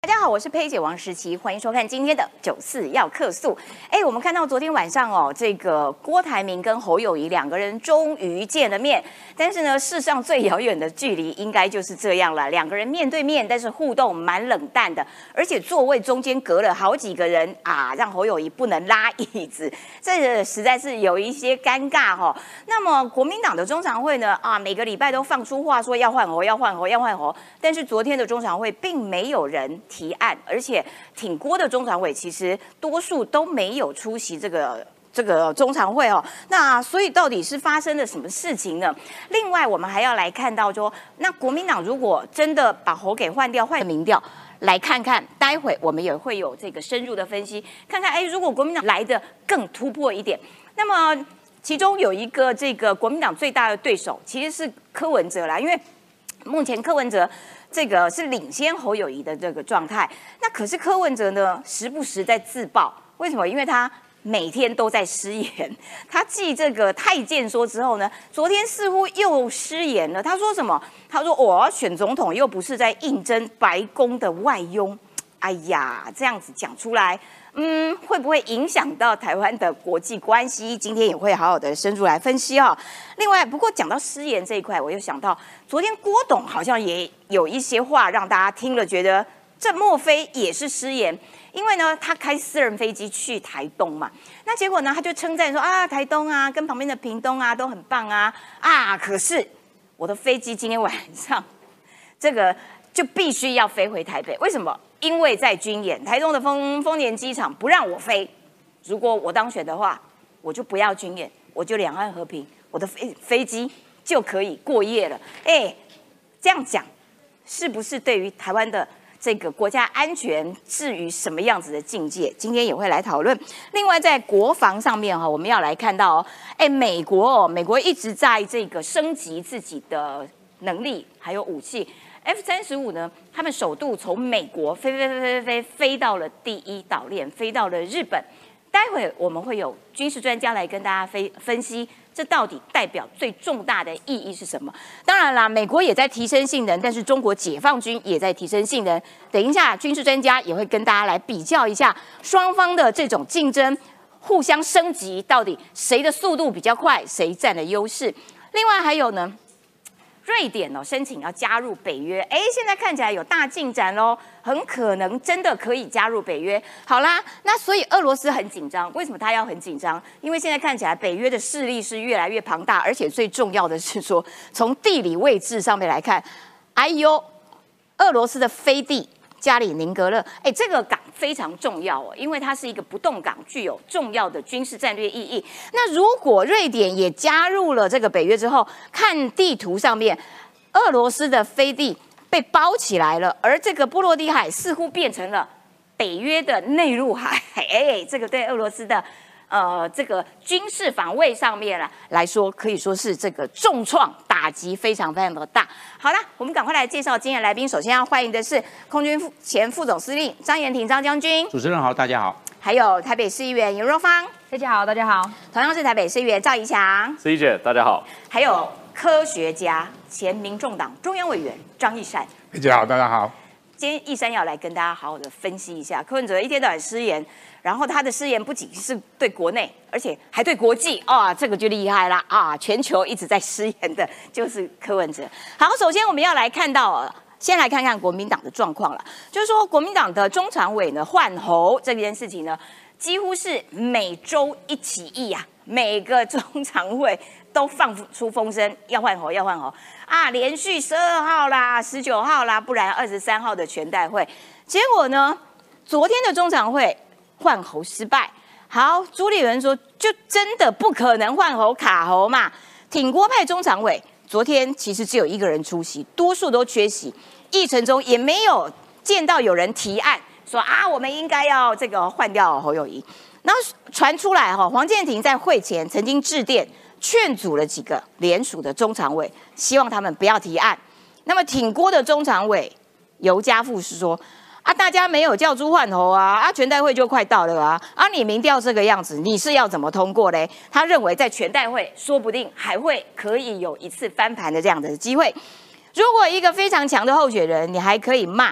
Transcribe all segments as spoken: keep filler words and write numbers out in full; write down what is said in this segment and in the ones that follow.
大家好，我是佩姐王时琪，欢迎收看今天的九四要客诉。哎，我们看到昨天晚上哦，这个郭台铭跟侯友宜两个人终于见了面，但是呢，世上最遥远的距离应该就是这样了，两个人面对面，但是互动蛮冷淡的，而且座位中间隔了好几个人啊，让侯友宜不能拉椅子，这实在是有一些尴尬哈、哦。那么国民党的中常会呢，啊，每个礼拜都放出话说要换侯，要换侯，要换侯，但是昨天的中常会并没有人提案，而且挺郭的中常委其实多数都没有出席这个这个中常会哦。那所以到底是发生了什么事情呢？另外，我们还要来看到说，那国民党如果真的把侯给换掉，换民调，来看看，待会我们也会有这个深入的分析，看看哎，如果国民党来的更突破一点，那么其中有一个这个国民党最大的对手其实是柯文哲啦，因为目前柯文哲这个是领先侯友宜的这个状态，那可是柯文哲呢，时不时在自爆，为什么？因为他每天都在失言。他继这个太监说之后呢，昨天似乎又失言了。他说什么？他说我要选总统，又不是在应征白宫的外佣。哎呀，这样子讲出来，嗯，会不会影响到台湾的国际关系？今天也会好好的深入来分析哈、哦。另外，不过讲到失言这一块，我又想到昨天郭董好像也有一些话让大家听了觉得这莫非也是失言？因为呢，他开私人飞机去台东嘛，那结果呢，他就称赞说啊，台东啊，跟旁边的屏东啊都很棒啊啊，可是我的飞机今天晚上这个就必须要飞回台北，为什么？因为在军演，台东的丰丰年机场不让我飞。如果我当选的话，我就不要军演，我就两岸和平，我的飞飞机就可以过夜了。哎，这样讲，是不是对于台湾的这个国家安全至于什么样子的境界？今天也会来讨论。另外，在国防上面哈，我们要来看到哦，哎，美国哦，美国一直在这个升级自己的能力还有武器。F 三十五呢，他们首度从美国飞飞飞飞飞飞到了第一岛链，飞到了日本。待会我们会有军事专家来跟大家分分析，这到底代表最重大的意义是什么？当然啦，美国也在提升性能，但是中国解放军也在提升性能。等一下，军事专家也会跟大家来比较一下双方的这种竞争，互相升级，到底谁的速度比较快，谁占了优势？另外还有呢？瑞典哦，申请要加入北约，哎，现在看起来有大进展喽，很可能真的可以加入北约。好啦，那所以俄罗斯很紧张，为什么他要很紧张？因为现在看起来北约的势力是越来越庞大，而且最重要的是说，从地理位置上面来看，哎呦，俄罗斯的飞地加里宁格勒，哎，这个港非常重要哦，因为它是一个不动港，具有重要的军事战略意义。那如果瑞典也加入了这个北约之后，看地图上面，俄罗斯的飞地被包起来了，而这个波罗的海似乎变成了北约的内陆海，哎，这个对俄罗斯的呃这个军事防卫上面来来说，可以说是这个重创打击非常非常的大。好了，我们赶快来介绍今天的来宾。首先要欢迎的是空军前副总司令张延廷张将军， 主持人好，大家好。 还有台北市议员严若芳， 大家好，大家好。 同样是台北市议员赵怡翔， 司仪姐，大家好。 还有科学家前民众党中央委员张义善， 大家好，大家好。 今天义山要来跟大家好好的分析一下柯文哲一天到晚失言，然后他的失言不仅是对国内，而且还对国际啊、哦，这个就厉害啦啊！全球一直在失言的就是柯文哲。好，首先我们要来看到，先来看看国民党的状况了，就是说国民党的中常委呢换侯这件事情呢，几乎是每周一起议啊，每个中常会都放出风声要换侯，要换侯。啊，连续十二号啦、十九号啦，不然二十三号的全代会，结果呢，昨天的中常会换侯失败。好，朱立伦说，就真的不可能换侯卡侯嘛？挺郭派中常委昨天其实只有一个人出席，多数都缺席，议程中也没有见到有人提案说啊，我们应该要这个换掉侯友宜。然后传出来哈，黄健庭在会前曾经致电。劝阻了几个联署的中常委，希望他们不要提案。那么挺郭的中常委尤家富是说：啊，大家没有叫诸换侯啊，啊，全代会就快到了啊，啊，你民调这个样子，你是要怎么通过嘞？他认为在全代会说不定还会可以有一次翻盘的这样的机会。如果一个非常强的候选人，你还可以骂，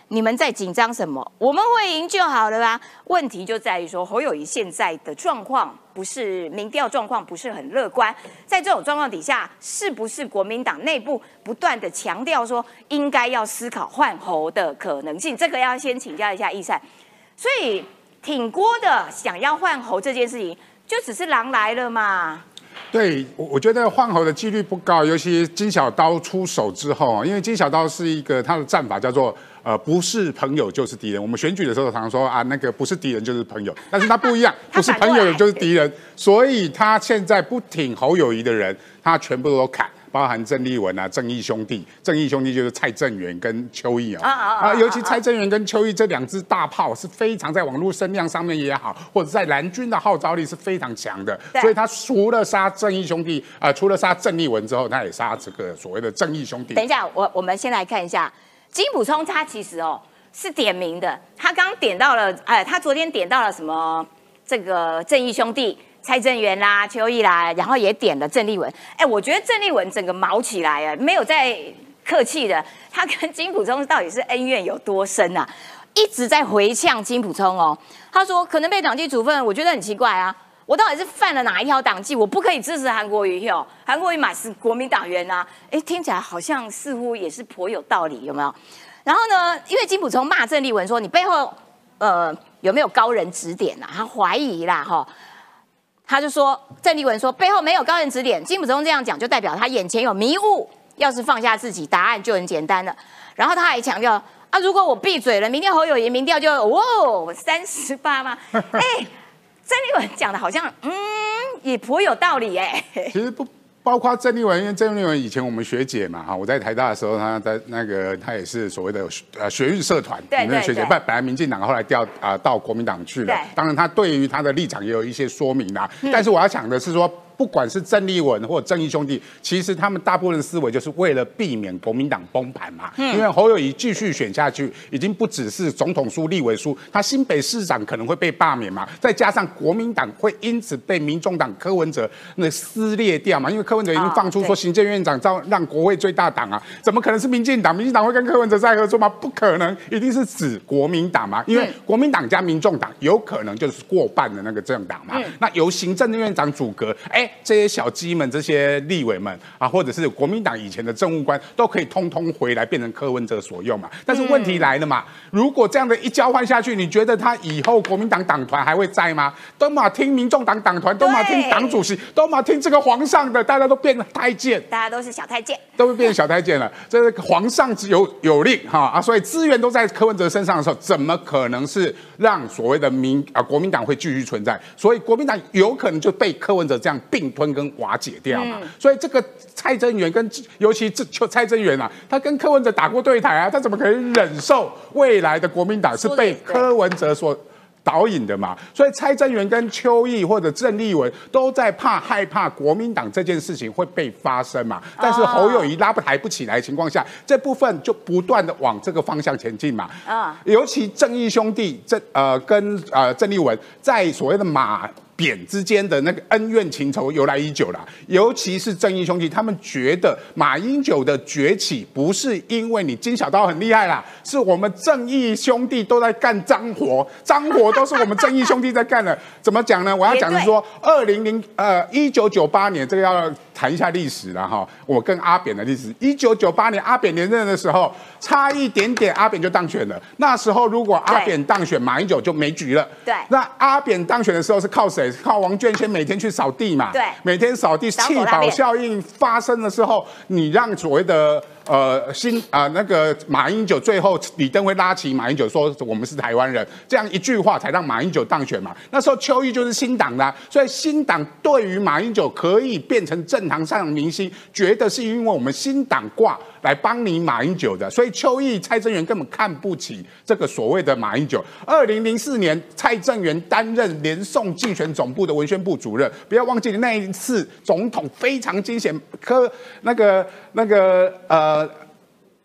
你们在紧张什么？我们会赢就好了吧？问题就在于说，侯友宜现在的状况不是民调状况不是很乐观，在这种状况底下，是不是国民党内部不断的强调说应该要思考换侯的可能性？这个要先请教一下奕善。所以挺郭的想要换侯这件事情，就只是狼来了嘛？ 对，我我觉得换侯的几率不高，尤其金小刀出手之后，因为金小刀是一个他的战法叫做呃不是朋友就是敌人。我们选举的时候常常说啊，那个不是敌人就是朋友，但是他不一样，不是朋友就是敌人，所以他现在不挺侯友宜的人，他全部都砍。包含郑丽文啊、正义兄弟，正义兄弟就是蔡正元跟邱毅哦，啊, 啊, 啊尤其蔡正元跟邱毅这两支大炮是非常在网络声量上面也好，或者在蓝军的号召力是非常强的，所以他除了杀正义兄弟啊、呃，除了杀郑丽文之后，他也杀这个所谓的正义兄弟。 等一下，我我们先来看一下金溥聪，他其实哦是点名的，他刚点到了，哎，他昨天点到了什么这个正义兄弟。蔡正元啦、邱毅啦，然后也点了郑丽文。哎，我觉得郑丽文整个毛起来啊，没有在客气的。他跟金溥聪到底是恩怨有多深啊？一直在回呛金溥聪哦。他说可能被党纪处分，我觉得很奇怪啊。我到底是犯了哪一条党纪？我不可以支持韩国瑜哟？韩国瑜嘛是国民党员啊。哎，听起来好像似乎也是颇有道理，有没有？然后呢，因为金溥聪骂郑丽文说你背后呃有没有高人指点啊？他怀疑啦哈。他就说，郑丽文说背后没有高人指点，金溥聪这样讲就代表他眼前有迷雾。要是放下自己，答案就很简单了。然后他还强调啊，如果我闭嘴了，明天侯友宜民调就哦三十八吗？哎，郑丽文讲的好像嗯也颇有道理哎。 其实不。包括郑丽文，因为郑丽文以前我们学姐嘛，哈，我在台大的时候，她在那个她也是所谓的呃学运社团里面的学姐，本本来民进党后来调啊、呃、到国民党去了，当然她对于她的立场也有一些说明啦，嗯、但是我要讲的是说。不管是郑丽文或者正义兄弟，其实他们大部分的思维就是为了避免国民党崩盘嘛。嗯、因为侯友宜继续选下去，已经不只是总统书、立委书，他新北市长可能会被罢免嘛。再加上国民党会因此被民众党柯文哲那撕裂掉嘛。因为柯文哲已经放出说行政院长照让国会最大党啊，怎么可能是民进党？民进党会跟柯文哲再合作吗？不可能，一定是指国民党嘛。因为国民党加民众党有可能就是过半的那个政党嘛。嗯、那由行政院长阻隔，哎。这些小鸡们、这些立委们啊，或者是国民党以前的政务官，都可以通通回来变成柯文哲所用嘛。但是问题来了嘛，如果这样的一交换下去，你觉得他以后国民党党团还会在吗？都嘛听民众党党团，都嘛听党主席，都嘛听这个皇上的，大家都变成太监， 大家都是小太监， 都会变成小太监了。这个皇上有有令哈啊，所以资源都在柯文哲身上的时候，怎么可能是让所谓的民啊国民党会继续存在？所以国民党有可能就被柯文哲这样并吞跟瓦解掉嘛，嗯、所以这个蔡正元跟尤其这蔡正元啊，他跟柯文哲打过对台啊，他怎么可以忍受未来的国民党是被柯文哲所导引的嘛？所以蔡正元跟邱毅或者郑丽文都在怕害怕国民党这件事情会被发生嘛。但是侯友宜拉不抬不起来的情况下，这部分就不断的往这个方向前进嘛。啊，尤其正义兄弟郑呃跟呃郑丽文在所谓的马。扁之间的那个恩怨情仇由来已久了，尤其是正义兄弟，他们觉得马英九的崛起不是因为你金小刀很厉害啦，是我们正义兄弟都在干脏活，脏活都是我们正义兄弟在干的。怎么讲呢？我要讲的是说，二零零呃一九九八年，这个要谈一下历史了哈。我跟阿扁的历史，一九九八年阿扁连任的时候，差一点点阿扁就当选了。那时候如果阿扁当选，马英九就没局了。 对。 那阿扁当选的时候是靠谁？靠王眷先每天去扫地嘛， 对， 每天扫地，弃保效应发生的时候，你让所谓的呃新啊、呃、那个马英九最后李登辉拉起马英九说我们是台湾人，这样一句话才让马英九当选嘛。那时候邱毅就是新党的、啊，所以新党对于马英九可以变成政坛上的明星，觉得是因为我们新党挂来帮你马英九的，所以邱毅、蔡正元根本看不起这个所谓的马英九。二零零四年，蔡正元担任连宋竞选总部的文宣部主任，不要忘记那一次总统非常惊险，科那个那个呃。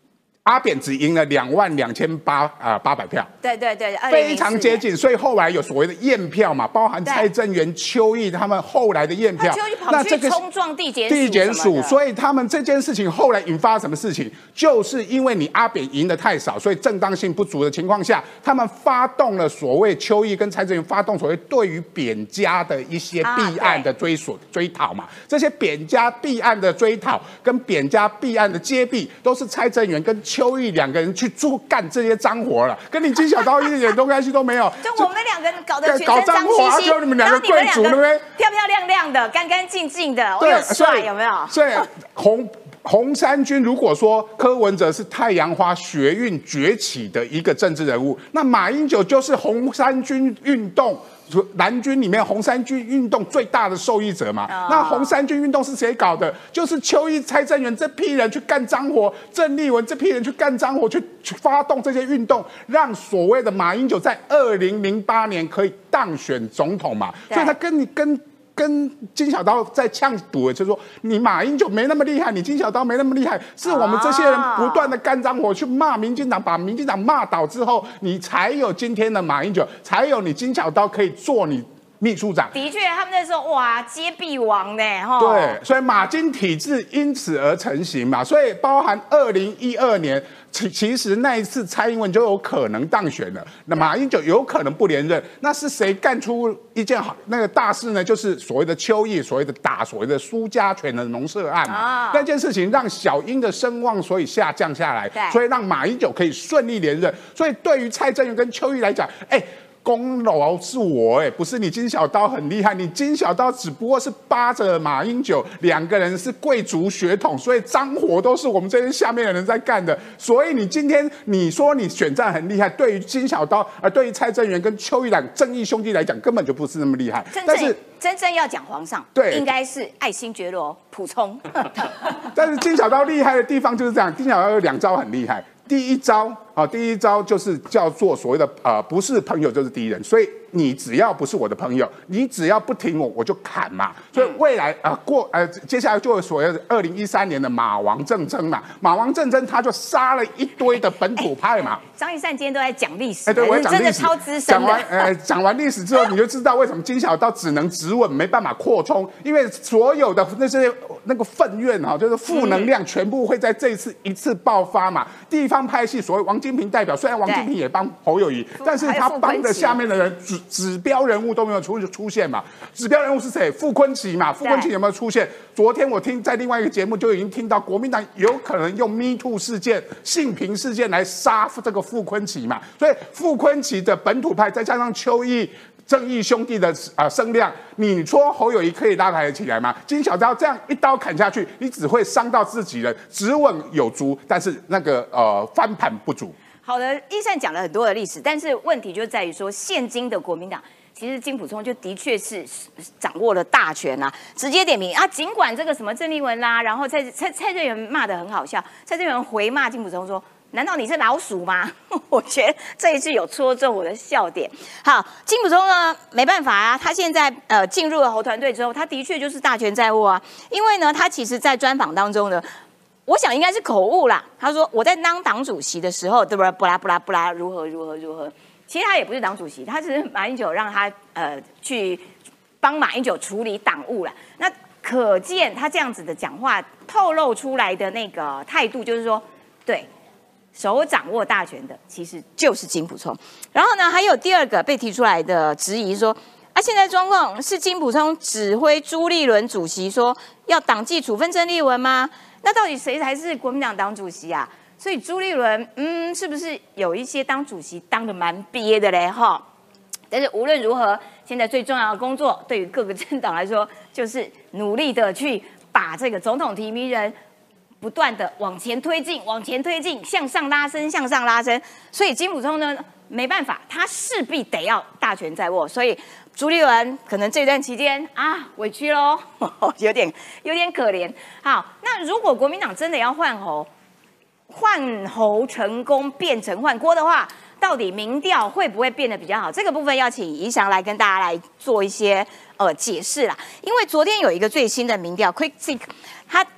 阿扁只赢了两万两千八啊八百票， 对对对， 非常接近，所以后来有所谓的验票嘛，包含蔡正元、邱毅他们后来的验票， 那这个冲撞地检地检署，所以他们这件事情后来引发什么事情，就是因为你阿扁赢得太少，所以正当性不足的情况下，他们发动了所谓邱毅跟蔡正元发动所谓对于扁家的一些弊案的追索、追讨嘛，这些扁家弊案的追讨跟扁家弊案的揭弊，都是蔡正元跟邱毅两个人去做干这些脏活了，跟你金小刀一点都关系都没有。 就我们两个人搞得搞脏活，啊，就你们两个贵族，对不对？ 漂漂亮亮的，干干净净的，我有帅，有没有？ 所以洪洪三军如果说柯文哲是太阳花学运崛起的一个政治人物，那马英九就是洪三军运动。蓝军里面红三军运动最大的受益者嘛，哦、那红三军运动是谁搞的？就是邱毅、蔡正元这批人去干脏活，郑丽文这批人去干脏活，去去发动这些运动，让所谓的马英九在二零零八年可以当选总统嘛。所以他跟你跟。跟金小刀在呛赌，就是说你马英九没那么厉害，你金小刀没那么厉害，是我们这些人不断的干脏活去骂民进党，把民进党骂倒之后，你才有今天的马英九，才有你金小刀可以做你秘书长。 的确，他们那时候哇，揭弊王呢，哈。 对，所以马金体制因此而成型嘛，所以包含二零一二年。其其实那一次蔡英文就有可能当选了，那马英九有可能不连任，那是谁干出一件好那个大事呢？就是所谓的邱毅，所谓的打所谓的苏家权的农舍案嘛，哦、那件事情让小英的声望所以下降下来，所以让马英九可以顺利连任。所以对于蔡正元跟邱毅来讲，哎、欸。功劳是我哎、欸，不是你金小刀很厉害，你金小刀只不过是扒着马英九，两个人是贵族血统，所以脏活都是我们这些下面的人在干的。所以你今天你说你选战很厉害，对于金小刀，而对于蔡正元跟邱毅两正义兄弟来讲，根本就不是那么厉害。 但是真正要讲皇上，对，应该是爱新觉罗溥聪。 但是金小刀厉害的地方就是这样，金小刀有两招很厉害。第一招啊，第一招就是叫做所谓的呃，不是朋友就是敌人，所以你只要不是我的朋友，你只要不挺我，我就砍嘛。所以未来啊、呃、过呃，接下来就有所谓的二零一三年的马王政争嘛，马王政争他就杀了一堆的本土派嘛。 张一善今天都在讲历史， 哎，对，我讲历史， 真的超资深讲完呃，讲完历史之后，你就知道为什么金小刀只能止稳，没办法扩充，因为所有的那些那个愤怨哈，就是负能量，全部会在这一次一次爆发嘛。地方派系，所谓王金平代表，虽然王金平也帮侯友宜，但是他帮的下面的人指指标人物都没有出出现嘛。指标人物是谁？傅昆萁嘛。傅昆萁有没有出现？昨天我听在另外一个节目就已经听到，国民党有可能用 Me Too 事件、性平事件来杀这个傅昆萁嘛。所以傅昆萁的本土派，再加上邱毅。正义兄弟的啊声量，你说侯友宜可以拉抬得起来吗？金小刀这样一刀砍下去，你只会伤到自己人，止稳有足，但是那个呃翻盘不足。 好的，一善讲了很多的历史，但是问题就在于说，现今的国民党。其实金溥聪就的确是掌握了大权啊，直接点名啊。尽管这个什么郑丽文啦，然后蔡蔡蔡正元骂得很好笑，蔡正元回骂金溥聪说：“难道你是老鼠吗？”我觉得这一句有戳中我的笑点。好，金溥聪呢没办法啊，他现在呃进入了侯团队之后，他的确就是大权在握啊。因为呢，他其实在专访当中呢。我想应该是口误啦。他说我在当党主席的时候，对不对？布拉布拉布拉，如何如何如何。其实他也不是党主席，他只是马英九让他呃去帮马英九处理党务了。那可见他这样子的讲话透露出来的那个态度，就是说，对，手掌握大权的其实就是金溥聪。然后呢，还有第二个被提出来的质疑说，啊，现在状况是金溥聪指挥朱立伦主席说要党纪处分郑丽文吗？那到底谁才是国民党党主席啊？所以朱立伦，嗯，是不是有一些当主席当得蛮憋的嘞？哈，但是无论如何，现在最重要的工作对于各个政党来说，就是努力的去把这个总统提名人不断的往前推进，往前推进，向上拉升，向上拉升。所以金溥聪呢，没办法，他势必得要大权在握，所以朱立伦可能这段期间啊委屈喽，有点有点可怜。好，那如果国民党真的要换侯，换侯成功变成换郭的话，到底民调会不会变得比较好？这个部分要请宜翔来跟大家来做一些呃解释啦。因为昨天有一个最新的民调 Quick Seek， 它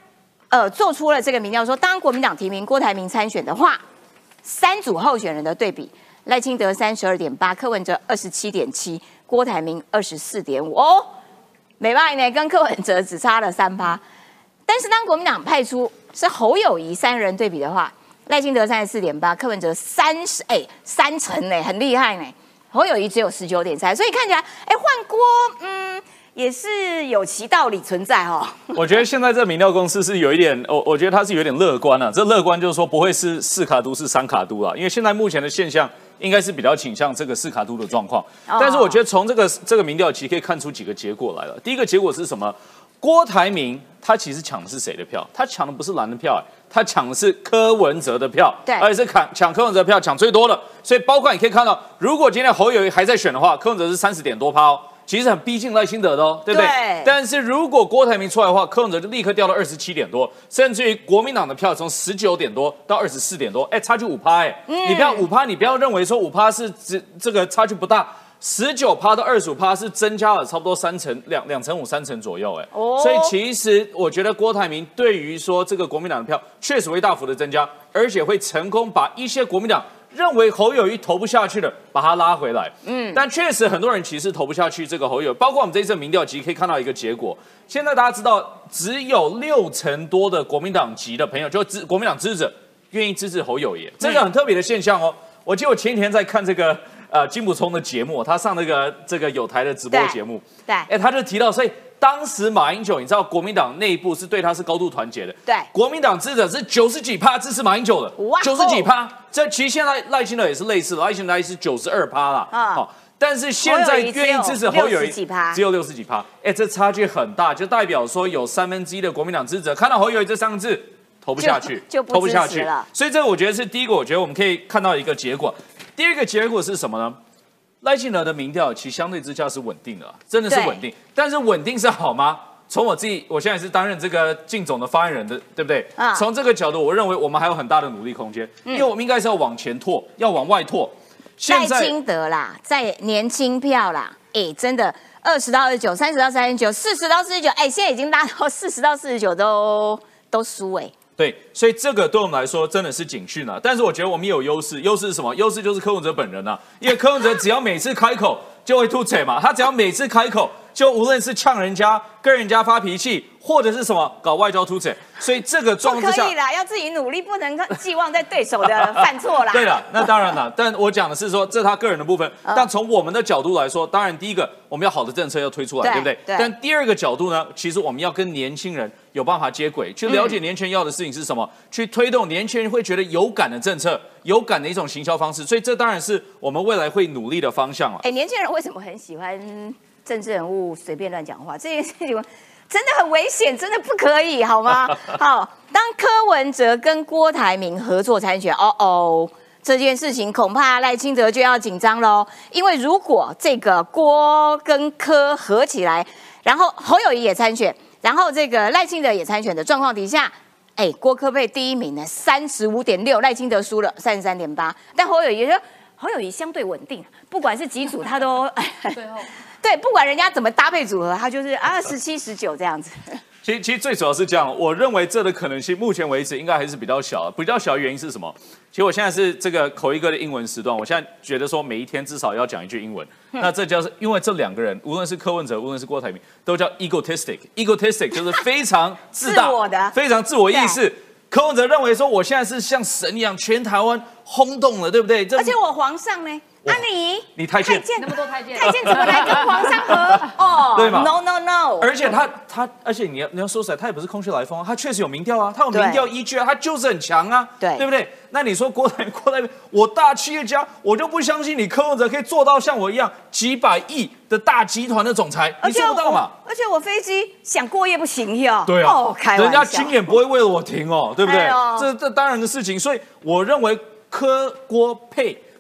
呃做出了这个民调说，当国民党提名郭台铭参选的话，三组候选人的对比，赖清德三十二点八，柯文哲二十七点七，郭台铭二十四点五哦，没办法呢，跟柯文哲只差了三趴。但是当国民党派出是侯友宜三人对比的话，赖清德三十四点八，柯文哲三十哎三成呢，很厉害呢。侯友宜只有十九点三，所以看起来哎换郭嗯。也是有其道理存在哦。 我觉得现在这民调公司是有一点，我我觉得它是有点乐观啊。这乐观就是说不会是四卡都是三卡都啊，因为现在目前的现象应该是比较倾向这个四卡都的状况。哦、但是我觉得从这个这个民调其实可以看出几个结果来了。第一个结果是什么？郭台铭他其实抢的是谁的票？他抢的不是蓝的票，他抢的是柯文哲的票， 对， 而且是抢抢柯文哲的票抢最多的。所以包括你可以看到，如果今天侯友宜还在选的话，柯文哲是三十点多趴哦。其实很逼近赖清德的哦，对不对？ 对。 但是如果郭台铭出来的话，柯文哲就立刻掉到二十七点多，甚至于国民党的票从十九点多到二十四点多，哎，差距五趴哎。嗯。你不要五趴，你不要认为说五趴是只这个差距不大，十九趴到二十五趴是增加了差不多三成两两成五三成左右哎。哦。所以其实我觉得郭台铭对于说这个国民党的票确实会大幅的增加，而且会成功把一些国民党认为侯友宜投不下去的，把他拉回来。嗯，但确实很多人其实投不下去这个侯友宜，包括我们这一次民调其实可以看到一个结果。现在大家知道，只有六成多的国民党籍的朋友，就支国民党支持者愿意支持侯友宜，这个很特别的现象哦。我记得我前几天在看这个呃金溥聪的节目，他上那个这个有台的直播节目， 对， 哎，他就提到，所以当时马英九，你知道国民党内部是对他是高度团结的， 对， 国民党支持者是九十几趴支持马英九的，九十几趴。这其实现在赖清德也是类似的，赖清德是九十二趴啦，好、嗯，但是现在愿意支持侯友宜只有六十几趴，哎，这差距很大，就代表说有三分之一的国民党支持者看到侯友宜这三个字投不下去， 就, 就不投不下去了。 所以这个我觉得是第一个，我觉得我们可以看到一个结果。第二个结果是什么呢？赖清德的民调其实相对之下是稳定的，真的是稳定，但是稳定是好吗？从我自己，我现在是担任这个靳总的发言人的，对不对？啊、从这个角度，我认为我们还有很大的努力空间，嗯、因为我们应该是要往前拓，要往外拓。 赖清德啦，在年轻票啦，哎，真的二十到二十九，三十到三十九，四十到四十九，哎，现在已经拉到四十到四十九都都输哎。 对，所以这个对我们来说真的是警讯啊。但是我觉得我们也有优势，优势是什么？优势就是柯文哲本人啊，因为柯文哲只要每次开口就会吐嘴嘛，他只要每次开口。就无论是呛人家、跟人家发脾气，或者是什么搞外交突嘴，所以这个状况之下， 不可以啦，要自己努力，不能寄望在对手的犯错啦。 对了，那当然了，但我讲的是说这是他个人的部分。嗯、但从我们的角度来说，当然第一个我们要好的政策要推出来， 对, 对不对？对。但第二个角度呢，其实我们要跟年轻人有办法接轨，去了解年轻人要的事情是什么，嗯、去推动年轻人会觉得有感的政策、有感的一种行销方式。所以这当然是我们未来会努力的方向了。 哎，年轻人为什么很喜欢政治人物随便乱讲话？这件事情真的很危险，真的不可以，好吗？好，当柯文哲跟郭台铭合作参选，哦哦，这件事情恐怕赖清德就要紧张喽。因为如果这个郭跟柯合起来，然后侯友宜也参选，然后这个赖清德也参选的状况底下，哎，郭柯配第一名呢，三十五点六，赖清德输了三十三点八，但侯友宜说侯友宜相对稳定，不管是几组他都最后。对，不管人家怎么搭配组合，他就是啊十七十九这样子。 其实其实最主要是这样，我认为这的可能性目前为止应该还是比较小的。比较小的原因是什么？其实我现在是这个口译哥的英文时段，我现在觉得说每一天至少要讲一句英文。嗯、那这就是因为这两个人，无论是柯文哲，无论是郭台铭，都叫 egotistic。egotistic 就是非常自大， 自我的， 非常自我意识。柯文哲认为说我现在是像神一样，全台湾轰动了，对不对？ 而且我皇上呢？啊你， 你太监那么多太监，太监怎么来跟皇上合？哦， 对吗 ？No No No！ 而且他他，而且你要你要说实在，他也不是空穴来风啊，他确实有民调啊，他有民调依据啊，他就是很强啊， 对对不对？那你说郭台郭台铭，我大企业家，我就不相信你柯文哲可以做到像我一样几百亿的大集团的总裁，你做不到嘛？ 而且我飞机想过夜不行哟， 对啊， 哦、开玩笑人家军演不会为了我停哦，对不对？ 哎、 这这当然的事情，所以我认为柯郭配。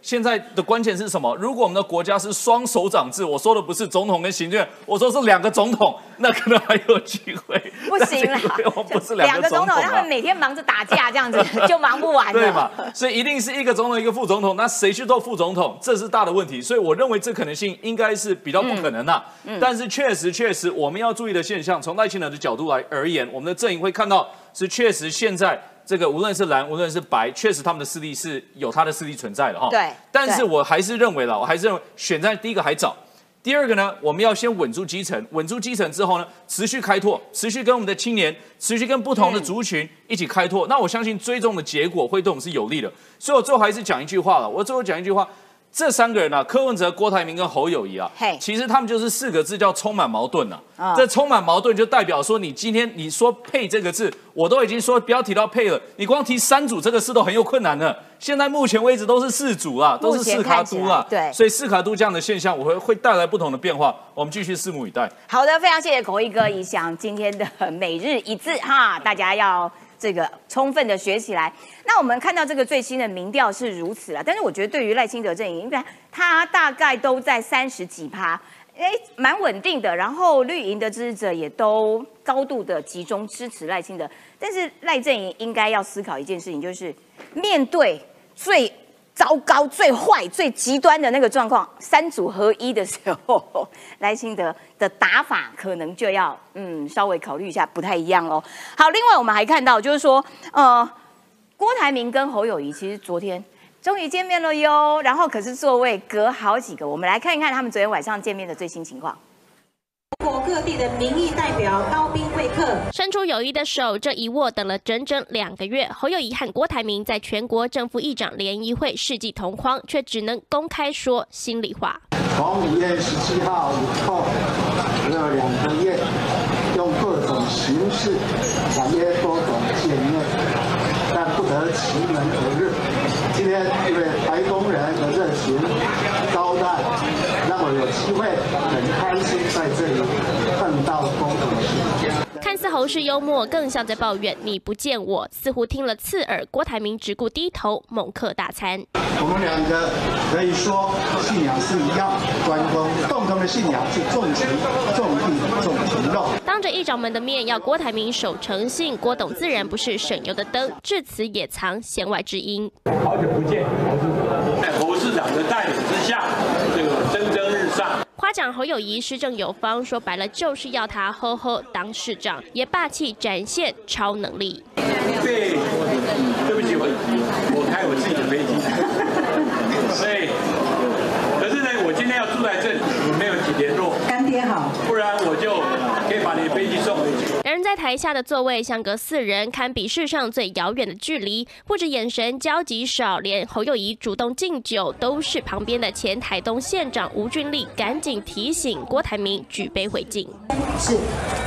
现在的关键是什么？如果我们的国家是双首长制，我说的不是总统跟行政院，我说是两个总统，那可能还有机会。 不行啦， 不是两个总统， 他们每天忙着打架，这样子就忙不完了， 对嘛？所以一定是一个总统一个副总统，那谁去做副总统，这是大的问题。所以我认为这可能性应该是比较不可能的、啊。嗯嗯、但是确实确实我们要注意的现象，从赖清德的角度来而言，我们的阵营会看到是确实现在。这个无论是蓝，无论是白，确实他们的势力是有他的势力存在的哈。 对。 但是我还是认为了，我还是认为选在第一个还早，第二个呢，我们要先稳住基层，稳住基层之后呢，持续开拓，持续跟我们的青年，持续跟不同的族群一起开拓。嗯、那我相信最终的结果会对我们是有利的。所以我最后还是讲一句话了，我最后讲一句话。这三个人啊，柯文哲、郭台铭跟侯友宜啊， Hey. 其实他们就是四个字，叫充满矛盾啊。Oh. 这充满矛盾就代表说，你今天你说配这个字，我都已经说不要提到配了，你光提三组这个字都很有困难了。现在目前为止都是四组啊，都是四卡都啊， 对， 所以四卡都这样的现象，我会会带来不同的变化，我们继续拭目以待。 好的，非常谢谢口译哥、一翔今天的每日一字哈，大家要。这个充分的学起来。那我们看到这个最新的民调是如此了，但是我觉得对于赖清德阵营，因为他大概都在三十几趴，哎，蛮稳定的。然后绿营的支持者也都高度的集中支持赖清德，但是赖阵营应该要思考一件事情，就是面对最糟糕、最坏、最极端的那个状况，三组合一的时候，赖清德的打法可能就要嗯稍微考虑一下，不太一样哦。好，另外我们还看到就是说，呃，郭台铭跟侯友宜其实昨天终于见面了哟，然后可是座位隔好几个，我们来看一看他们昨天晚上见面的最新情况。 全国各地的民意代表高宾贵客， 伸出友谊的手，这一握等了整整两个月。侯友宜和郭台铭在全国正副议长联谊会世纪同框，却只能公开说心里话。 从五月十七号以后，这两个月用各种形式展约多种见面，但不得其门而入。今天因为台东人的热情招待，让我有机会很开心在这里碰到公同事。 看似侯氏幽默，更像在抱怨你不见我，似乎听了刺耳。郭台铭只顾低头猛嗑大餐。 我们两个可以说信仰是一样，关公共同的信仰是重情重义重情肉。 当着议长们的面要郭台铭守诚信，郭董自然不是省油的灯，至此也藏弦外之音。 好久不见，侯市长，在侯市长的带领之下，这个蒸蒸日上。 夸奖侯友宜施政有方，说白了就是要他呵呵当市长，也霸气展现超能力。 对，对不起，我我开我自己的飞机，所以，可是呢，我今天要住在这里，没有联络， 干爹好， 不然我就可以把你的飞机送回去。 两人在台下的座位相隔四人，堪比世上最遥远的距离。不止眼神交集少，连侯友宜主动敬酒，都是旁边的前台东县长吴俊立赶紧提醒郭台铭举杯回敬。 是。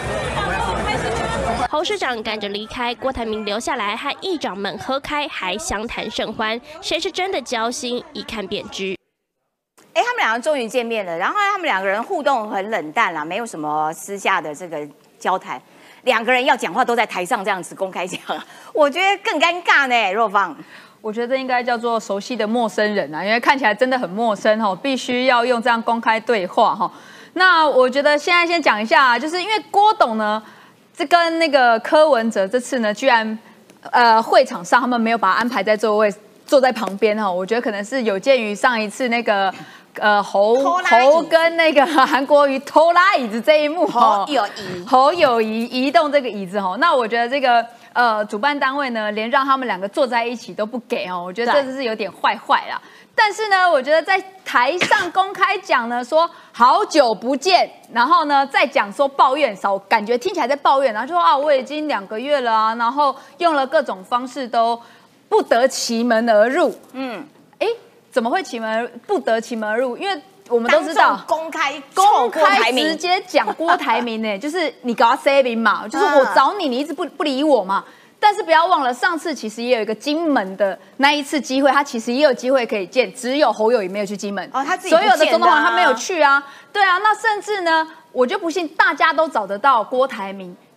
侯市长赶着离开，郭台铭留下来和议长们喝开，还相谈甚欢。谁是真的交心，一看便知。 哎，他们两个终于见面了，然后他们两个人互动很冷淡啦，没有什么私下的这个交谈。两个人要讲话都在台上这样子公开讲，我觉得更尴尬呢。若芳， 我觉得应该叫做熟悉的陌生人啊，因为看起来真的很陌生哈，必须要用这样公开对话哈。那我觉得现在先讲一下，就是因为郭董呢，这跟那个柯文哲这次呢，居然呃会场上他们没有把他安排在座位，坐在旁边哈。我觉得可能是有鉴于上一次那个。呃，侯侯跟那个韩国瑜偷拉椅子这一幕， 侯友宜侯友宜移动这个椅子哈，那我觉得这个呃主办单位呢，连让他们两个坐在一起都不给哦，我觉得这是有点坏坏啦。但是呢，我觉得在台上公开讲呢，说好久不见，然后呢再讲说抱怨，少感觉听起来在抱怨，然后就说啊我已经两个月了啊，然后用了各种方式都不得其门而入，嗯，哎。怎么会其门不得其门而入？因为我们都知道， 公开公开直接讲郭台铭呢，就是你搞他 saving 嘛，就是我找你，你一直不不理我嘛。但是不要忘了，上次其实也有一个金门的那一次机会，他其实也有机会可以见，只有侯友宜没有去金门。 哦，他自己所有的总统他没有去啊。对啊，那甚至呢，我就不信大家都找得到郭台铭，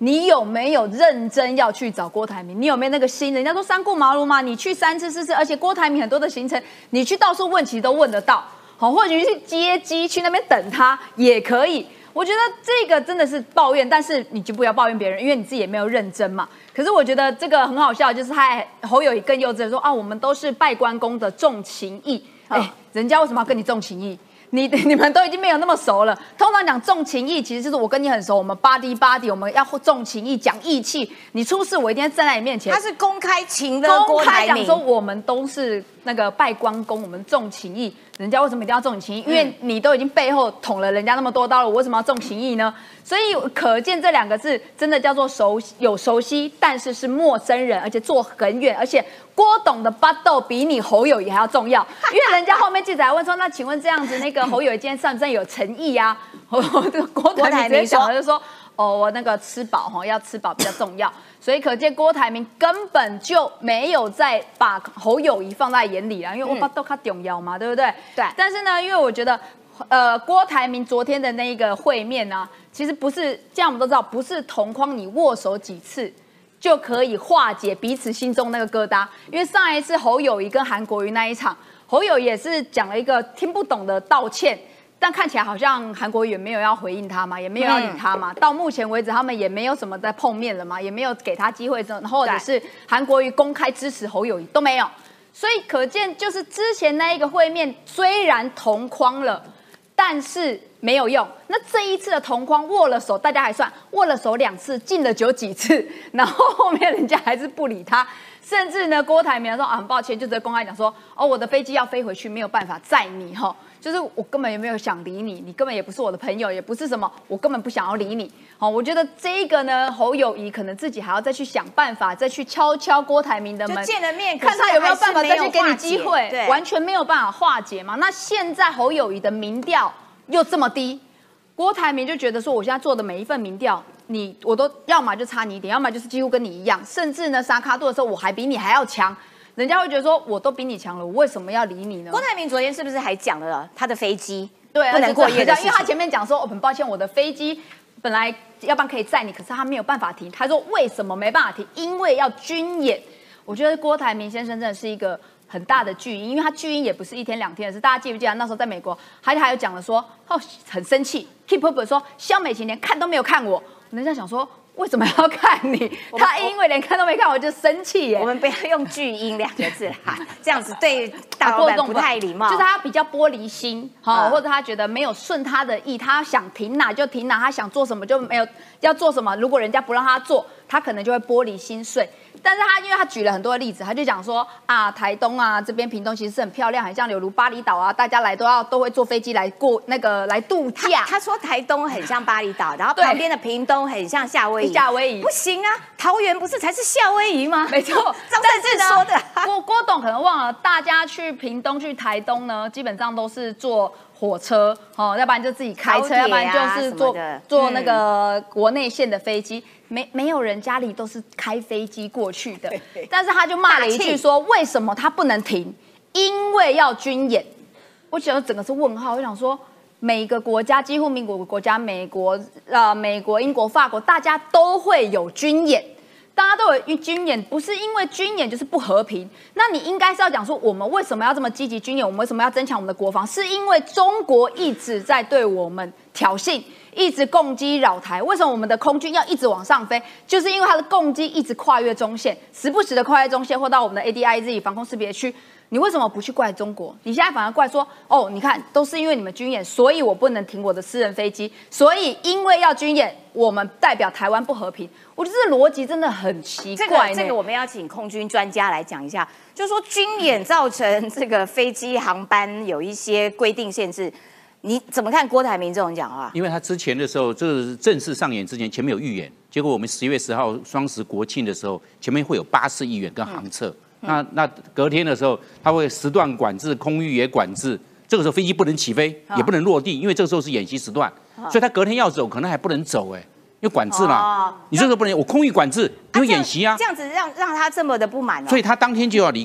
你有没有认真要去找郭台铭？你有没有那个心？人家说三顾茅庐嘛，你去三次四次，而且郭台铭很多的行程，你去到处问，其实都问得到。好，或者你去接机去那边等他也可以。我觉得这个真的是抱怨，但是你就不要抱怨别人，因为你自己也没有认真嘛。可是我觉得这个很好笑，就是他还侯友宜更幼稚的说啊，我们都是拜关公的重情义。哎、欸，人家为什么要跟你重情义？你你们都已经没有那么熟了。通常讲重情义，其实就是我跟你很熟，我们 buddy buddy， 我们要重情义，讲义气。你出事，我一定要站在你面前。 他是公开情的公开讲说， 郭台铭我们都是那个拜关公，我们重情义。人家为什么一定要重情义？因为你都已经背后捅了人家那么多刀了，我为什么要重情义呢？所以可见这两个字真的叫做熟，有熟悉，但是是陌生人，而且坐很远，而且郭董的巴豆比你侯友宜还要重要，因为人家后面记者还问说，那请问这样子那个侯友宜今天算不算有诚意啊？郭台铭直接讲了就说，哦，我那个吃饱哈，要吃饱比较重要。所以可见郭台铭根本就没有在把侯友宜放在眼里啦，因为我巴豆他重要嘛，对不对？ 对。 但是呢，因为我觉得，呃，郭台铭昨天的那一个会面呢、啊，其实不是，这样我们都知道，不是同框你握手几次就可以化解彼此心中那个疙瘩。因为上一次侯友宜跟韩国瑜那一场，侯友宜也是讲了一个听不懂的道歉。但看起来好像韩国瑜也没有要回应他嘛，也没有要理他嘛。嗯、到目前为止，他们也没有什么在碰面了嘛，也没有给他机会，或者是韩国瑜公开支持侯友宜都没有。所以可见，就是之前那一个会面虽然同框了，但是没有用。那这一次的同框握了手，大家还算握了手两次，敬了酒几次，然后后面人家还是不理他。甚至呢，郭台铭说啊，很抱歉，就直接公开讲说，哦，我的飞机要飞回去，没有办法载你哈。就是我根本也没有想理你，你根本也不是我的朋友，也不是什么，我根本不想要理你。好，我觉得这个呢，侯友宜可能自己还要再去想办法，再去敲敲郭台铭的门， 就见了面， 看他有没有办法再去给你机会， 对， 完全没有办法化解嘛。那现在侯友宜的民调又这么低，郭台铭就觉得说，我现在做的每一份民调，你我都要么就差你一点，要么就是几乎跟你一样，甚至呢，沙卡度的时候我还比你还要强。人家会觉得说，我都比你强了，我为什么要理你呢？ 郭台铭昨天是不是还讲了他的飞机对不能过夜的事情？ 因为他前面讲说，哦，很抱歉，我的飞机本来要不然可以载你，可是他没有办法停。他说为什么没办法停？因为要军演。我觉得郭台铭先生真的是一个很大的巨婴，因为他巨婴也不是一天两天的事。大家记不记得那时候在美国，他还有讲了说，哦，很生气 ，Keep Up 说萧美琴连看都没有看我。人家想说，为什么要看你？他因为连看都没看，我就生气耶。 我们不要用巨婴两个字哈，这样子对大老板不太礼貌。 就是他比较玻璃心，哈、嗯，或者他觉得没有顺他的意，他想停哪就停哪，他想做什么就没有要做什么。如果人家不让他做，他可能就会玻璃心碎。但是他因为他举了很多的例子，他就讲说啊，台东啊这边屏东其实是很漂亮，很像犹如巴厘岛啊，大家来都要都会坐飞机来过那个来度假。 他, 他说台东很像巴厘岛，然后旁边的屏东很像夏威夷。 夏威夷不行啊，桃园不是才是夏威夷吗？ 没错， 张善志说的。 郭郭董可能忘了，大家去屏东去台东呢，基本上都是坐火车哦，要不然就自己开车， 啊、 要不然就是坐坐那个国内线的飞机。嗯没没有人家里都是开飞机过去的，但是他就骂了一句说，为什么他不能停？因为要军演。我觉得整个是问号。我想说，每个国家几乎民主国家，美国呃美国、英国、法国，大家都会有军演，大家都有军演，不是因为军演就是不和平。那你应该是要讲说，我们为什么要这么积极军演？我们为什么要增强我们的国防？是因为中国一直在对我们挑衅。一直攻击扰台，为什么我们的空军要一直往上飞？就是因为它的攻击一直跨越中线，时不时的跨越中线，或到我们的 A D I Z 防空识别区。你为什么不去怪中国？你现在反而怪说，哦，你看都是因为你们军演，所以我不能停我的私人飞机，所以因为要军演，我们代表台湾不和平。我觉得这逻辑真的很奇怪。 这个这个我们要请空军专家来讲一下，就是说军演造成这个飞机航班有一些规定限制。你怎么看郭台铭这种讲话？ 因为他之前的时候，这个正式上演之前，前面有预演，结果我们十月十号双十国庆的时候，前面会有巴士预演跟航测，嗯、那那隔天的时候，他会时段管制，空域也管制，这个时候飞机不能起飞，哦、也不能落地，因为这个时候是演习时段，哦、所以他隔天要走，可能还不能走，哎，因为管制嘛，哦、你这个时候不能，我空域管制，因为演习啊， 这样子让让他这么的不满、哦， 所以他当天就要离开。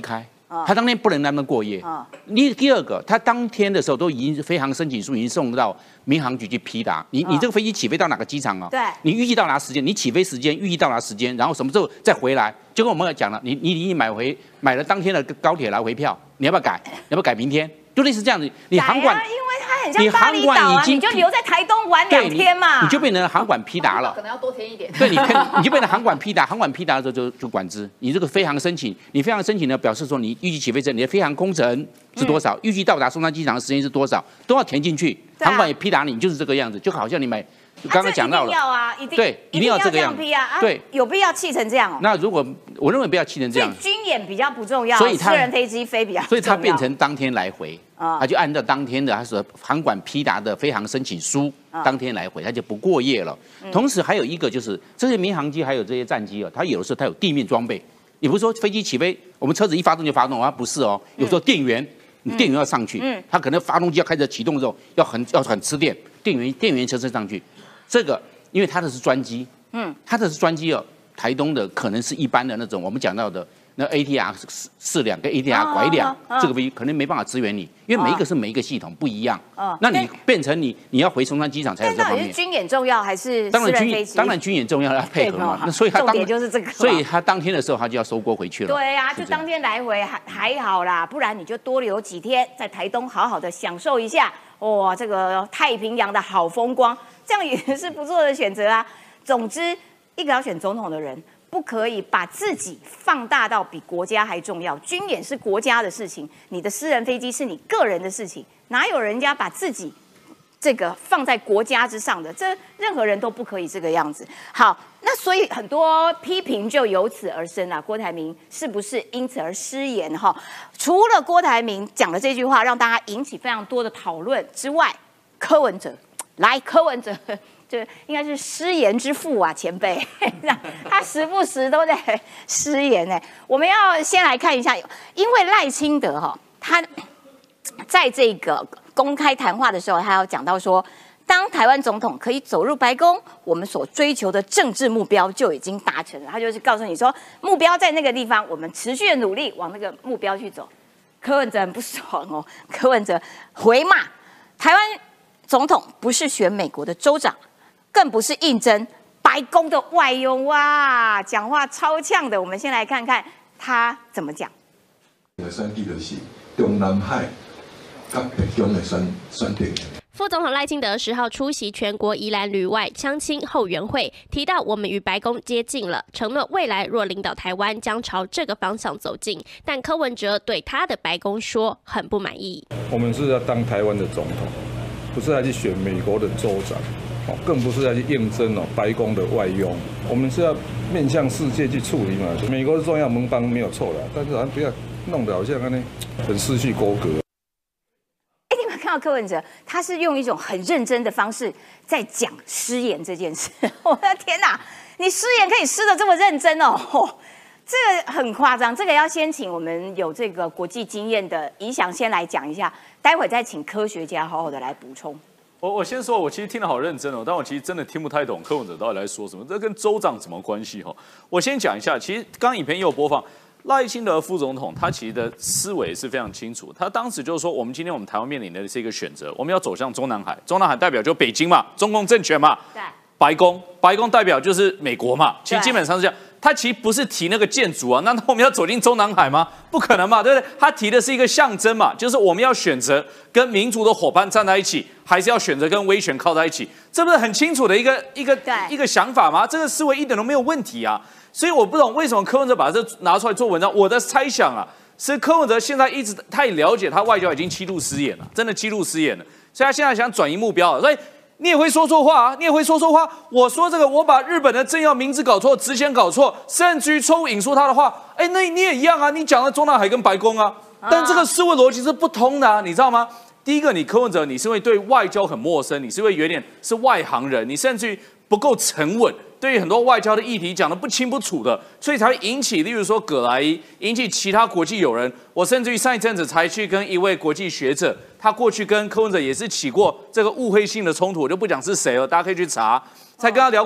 他当天不能让他们过夜。你第二个，他当天的时候都已经飞航申请书已经送到民航局去批答。你你这个飞机起飞到哪个机场哦？ 对， 你预计到达时间，你起飞时间预计到达时间，然后什么时候再回来？就跟我们讲了，你你你买回买了当天的高铁来回票，你要不要改？你要不要改明天？就类似这样子，你航管， 因为它很像巴厘岛啊，你就留在台东玩两天嘛， 你就变成航管批答了， 可能要多添一点。 对，你你就变成航管批答，航管批答的时候就就管制。你这个飞航申请，你飞航申请呢，表示说你预计起飞证，你的飞航空程是多少，预计到达松山机场的时间是多少，都要填进去。航管也批答你，你就是这个样子，就好像你买。刚刚讲到了， 要啊，一定对，一定要这个样批啊， 对， 有必要气成这样哦。 那如果我认为不要气成这样， 所以军演比较不重要， 所以私人飞机飞比较重要， 所以它变成当天来回啊，他就按照当天的他所航管批答的飞航申请书当天来回，他就不过夜了。同时还有一个就是这些民航机还有这些战机哦，它有的时候它有地面装备，你不是说飞机起飞，我们车子一发动就发动，它不是哦，有时候电源。你电源要上去，嗯，它可能发动机要开始启动的时候，要很要很吃电，电源电源车车上去，这个因为它的是专机，嗯，它的是专机哦，台东的可能是一般的那种我们讲到的那 A T R 四四两跟 A T R 拐两，这个飞机可能没办法支援你，因为每一个是每一个系统不一样，哦，那你变成你你要回松山机场才有这方面。 到底是军演重要还是当然军当然军演重要要配合嘛，那所以他重点就是这个， 所以他当天的时候他就要收锅回去了。 对呀，就当天来回还还好啦，不然你就多留几天在台东好好的享受一下，哇，这个太平洋的好风光，这样也是不错的选择啊。总之，一个要选总统的人，不可以把自己放大到比国家还重要。军演是国家的事情，你的私人飞机是你个人的事情，哪有人家把自己这个放在国家之上的？这任何人都不可以这个样子。好，那所以很多批评就由此而生啊。郭台铭是不是因此而失言？哈，除了郭台铭讲了这句话让大家引起非常多的讨论之外，柯文哲来，柯文哲。这应该是失言之父啊，前辈，他时不时都在失言呢。我们要先来看一下，因为赖清德哈，他在这个公开谈话的时候，他有讲到说，当台湾总统可以走入白宫，我们所追求的政治目标就已经达成了。他就是告诉你说，目标在那个地方，我们持续的努力往那个目标去走。柯文哲很不爽哦，柯文哲回骂台湾总统不是选美国的州长。更不是应征白宫的外佣哇，讲话超呛的。我们先来看看他怎么讲。 选举就是中南海甲北中的选选定。 副总统赖清德十号出席全国宜兰旅外乡亲后援会，提到我们与白宫接近了，承诺未来若领导台湾将朝这个方向走近。但柯文哲对他的白宫说很不满意。 我们是要当台湾的总统，不是要去选美国的州长。更不是要去应征哦白宫的外佣，我们是要面向世界去处理嘛。美国是重要盟邦没有错的，但是好像不要弄得好像那很失去沟格。 哎，你们看到柯文哲，他是用一种很认真的方式在讲失言这件事。我的天哪，你失言可以失得这么认真哦，这个很夸张。这个要先请我们有这个国际经验的宜翔先来讲一下，待会再请科学家好好的来补充。 我我先说，我其实听得好认真哦，但我其实真的听不太懂柯文哲到底在说什么，这跟州长什么关系哈？我先讲一下，其实刚刚影片也有播放，赖清德副总统他其实的思维是非常清楚，他当时就是说，我们今天我们台湾面临的是一个选择，我们要走向中南海，中南海代表就北京嘛，中共政权嘛，对，白宫，白宫代表就是美国嘛，其实基本上是这样。他其实不是提那个建筑啊，难道我们要走进中南海吗？不可能嘛，对不对？他提的是一个象征嘛，就是我们要选择跟民主的伙伴站在一起，还是要选择跟威权靠在一起？这不是很清楚的一个一个一个想法吗？这个思维一点都没有问题啊。所以我不懂为什么柯文哲把这拿出来做文章。我的猜想啊，是柯文哲现在一直他也了解他外交已经七度失言了，真的七度失言了，所以他现在想转移目标了，所以。你也会说错话啊！你也会说错话。我说这个，我把日本的政要名字搞错，职衔搞错，甚至于错误引述他的话，哎，那你也一样啊！你讲了中南海跟白宫啊，但这个思维逻辑是不通的啊，你知道吗？第一个，你柯文哲，你是因为对外交很陌生，你是因为有点是外行人，你甚至于不够沉稳，对于很多外交的议题讲得不清不楚的，所以才会引起，例如说葛莱伊，引起其他国际友人。我甚至于上一阵子才去跟一位国际学者，他过去跟柯文哲也是起过这个误会性的冲突，我就不讲是谁了，大家可以去查。才跟他聊过，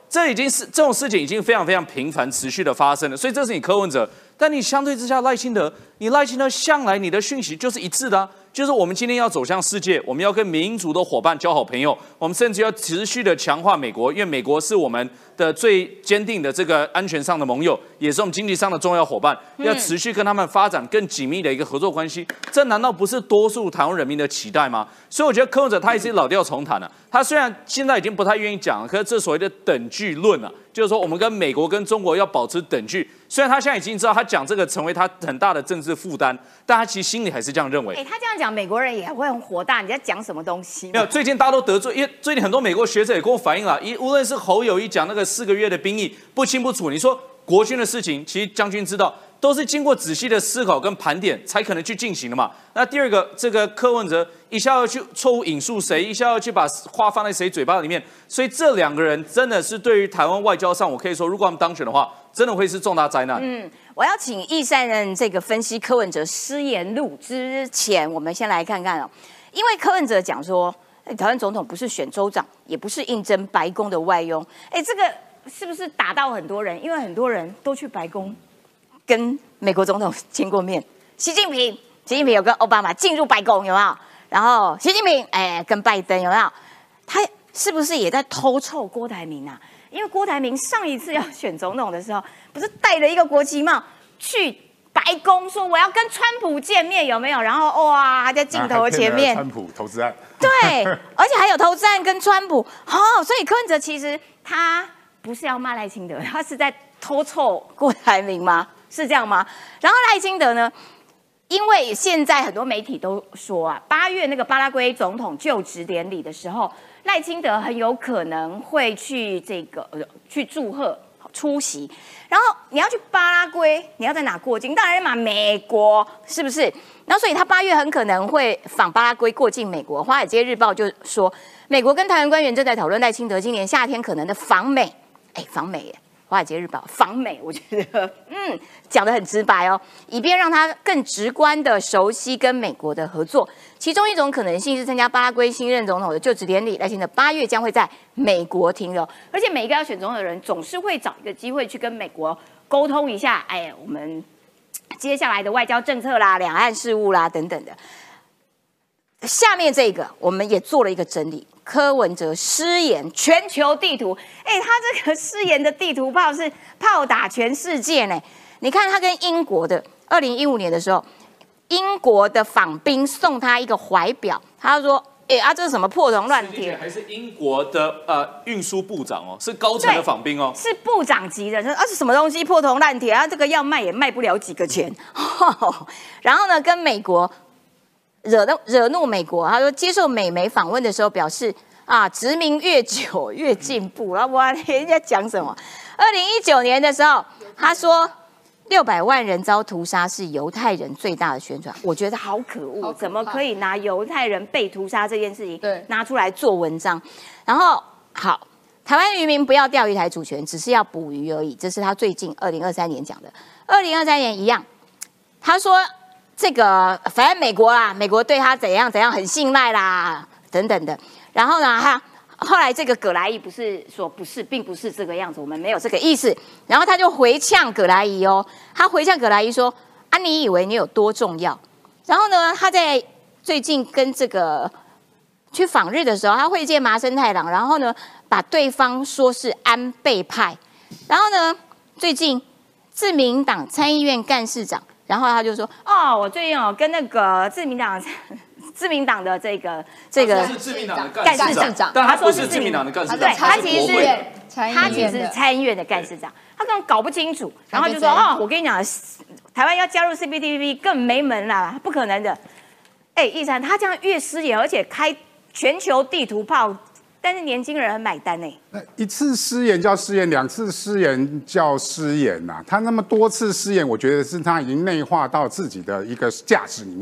这已经是这种事情已经非常非常频繁持续的发生了，所以这是你柯文哲。但你相对之下赖清德，你赖清德向来你的讯息就是一致的、啊，就是我们今天要走向世界，我们要跟民主的伙伴交好朋友，我们甚至要持续的强化美国，因为美国是我们的最坚定的这个安全上的盟友，也是我们经济上的重要伙伴，要持续跟他们发展更紧密的一个合作关系。这难道不是多数台湾人民的期待吗？所以我觉得柯文哲他也是老调重弹了、啊。他虽然现在已经不太愿意讲了，可是这所谓的等距论啊，就是说我们跟美国跟中国要保持等距。虽然他现在已经知道他讲这个成为他很大的政治负担，但他其实心里还是这样认为。 哎、欸，他这样讲，美国人也会很火大。你在讲什么东西？ 没有，最近大家都得罪，因为最近很多美国学者也跟我反映了，一无论是侯友宜讲那个四个月的兵役不清不楚，你说国军的事情，其实将军知道。都是经过仔细的思考跟盘点才可能去进行的嘛。那第二个，这个柯文哲一下要去错误引述谁，一下要去把话放在谁嘴巴里面，所以这两个人真的是对于台湾外交上，我可以说，如果他们当选的话，真的会是重大灾难。 嗯，我要请易善人这个分析柯文哲失言录之前，我们先来看看哦，因为柯文哲讲说，台湾总统不是选州长，也不是应征白宫的外佣，哎，这个是不是打到很多人？因为很多人都去白宫。跟美国总统见过面，习近平，习近平有跟奥巴马进入白宫，有没有？然后习近平，哎，跟拜登有没有？他是不是也在偷臭郭台铭啊？因为郭台铭上一次要选总统的时候，不是戴了一个国旗帽去白宫，说我要跟川普见面，有没有？然后哇，还在镜头前面， 川普投资案， 对，而且还有投资案跟川普，哦，所以柯文哲其实他不是要骂赖清德，他是在偷臭郭台铭吗？是这样吗？然后赖清德呢？因为现在很多媒体都说啊，八月那个巴拉圭总统就职典礼的时候，赖清德很有可能会去这个呃去祝贺出席。然后你要去巴拉圭，你要在哪过境？当然嘛，美国是不是？然后所以他八月很可能会访巴拉圭过境美国。《华尔街日报》就说，美国跟台湾官员正在讨论赖清德今年夏天可能的访美。哎，访美耶！《华尔街日报》访美，我觉得嗯讲得很直白哦，以便让他更直观的熟悉跟美国的合作。其中一种可能性是参加巴拉圭新任总统的就职典礼，赖清德八月将会在美国停留。而且每一个要选总统的人总是会找一个机会去跟美国沟通一下，哎，我们接下来的外交政策啦、两岸事务啦等等的。下面这个我们也做了一个整理。柯文哲失言全球地图，哎，他这个失言的地图炮是炮打全世界呢。你看他跟英国的，二零一五年的时候，英国的访宾送他一个怀表，他说：“哎啊，这是什么破铜烂铁？” 还是英国的呃运输部长哦，是高层的访宾哦， 是部长级的。啊，是什么东西破铜烂铁啊？这个要卖也卖不了几个钱。然后呢，跟美国。惹怒惹怒美国，他说接受美媒访问的时候表示啊，殖民越久越进步。然后我人家讲什么？二零一九年的时候，他说六百万人遭屠杀是犹太人最大的宣传。我觉得好可恶，怎么可以拿犹太人被屠杀这件事情拿出来做文章？然后好，台湾渔民不要钓鱼台主权，只是要捕鱼而已。这是他最近二零二三年讲的。二零二三年一样，他说。这个反正美国啦，美国对他怎样怎样很信赖啦，等等的。然后呢，他后来这个葛莱伊不是说不是，并不是这个样子，我们没有这个意思。然后他就回呛葛莱伊哦，他回呛葛莱伊说：“啊，你以为你有多重要？”然后呢，他在最近跟这个去访日的时候，他会见麻生太郎，然后呢，把对方说是安倍派。然后呢，最近自民党参议院干事长。然后他就说：“哦，我最近哦跟那个自民党、自民党的这个这个是自民党的干事长，但他不是自民党的干事长， 对，他其实是他其实是参议院的干事长，他根本搞不清楚。然后就说：哦，我跟你讲，台湾要加入 C P T P P 更没门啦，不可能的。哎，易山他这样越失言，而且开全球地图炮。”但是年轻人很买单呢。 那一次失言叫失言，两次失言叫失言呐、啊。他那么多次失言，我觉得是他已经内化到自己的一个价值里面。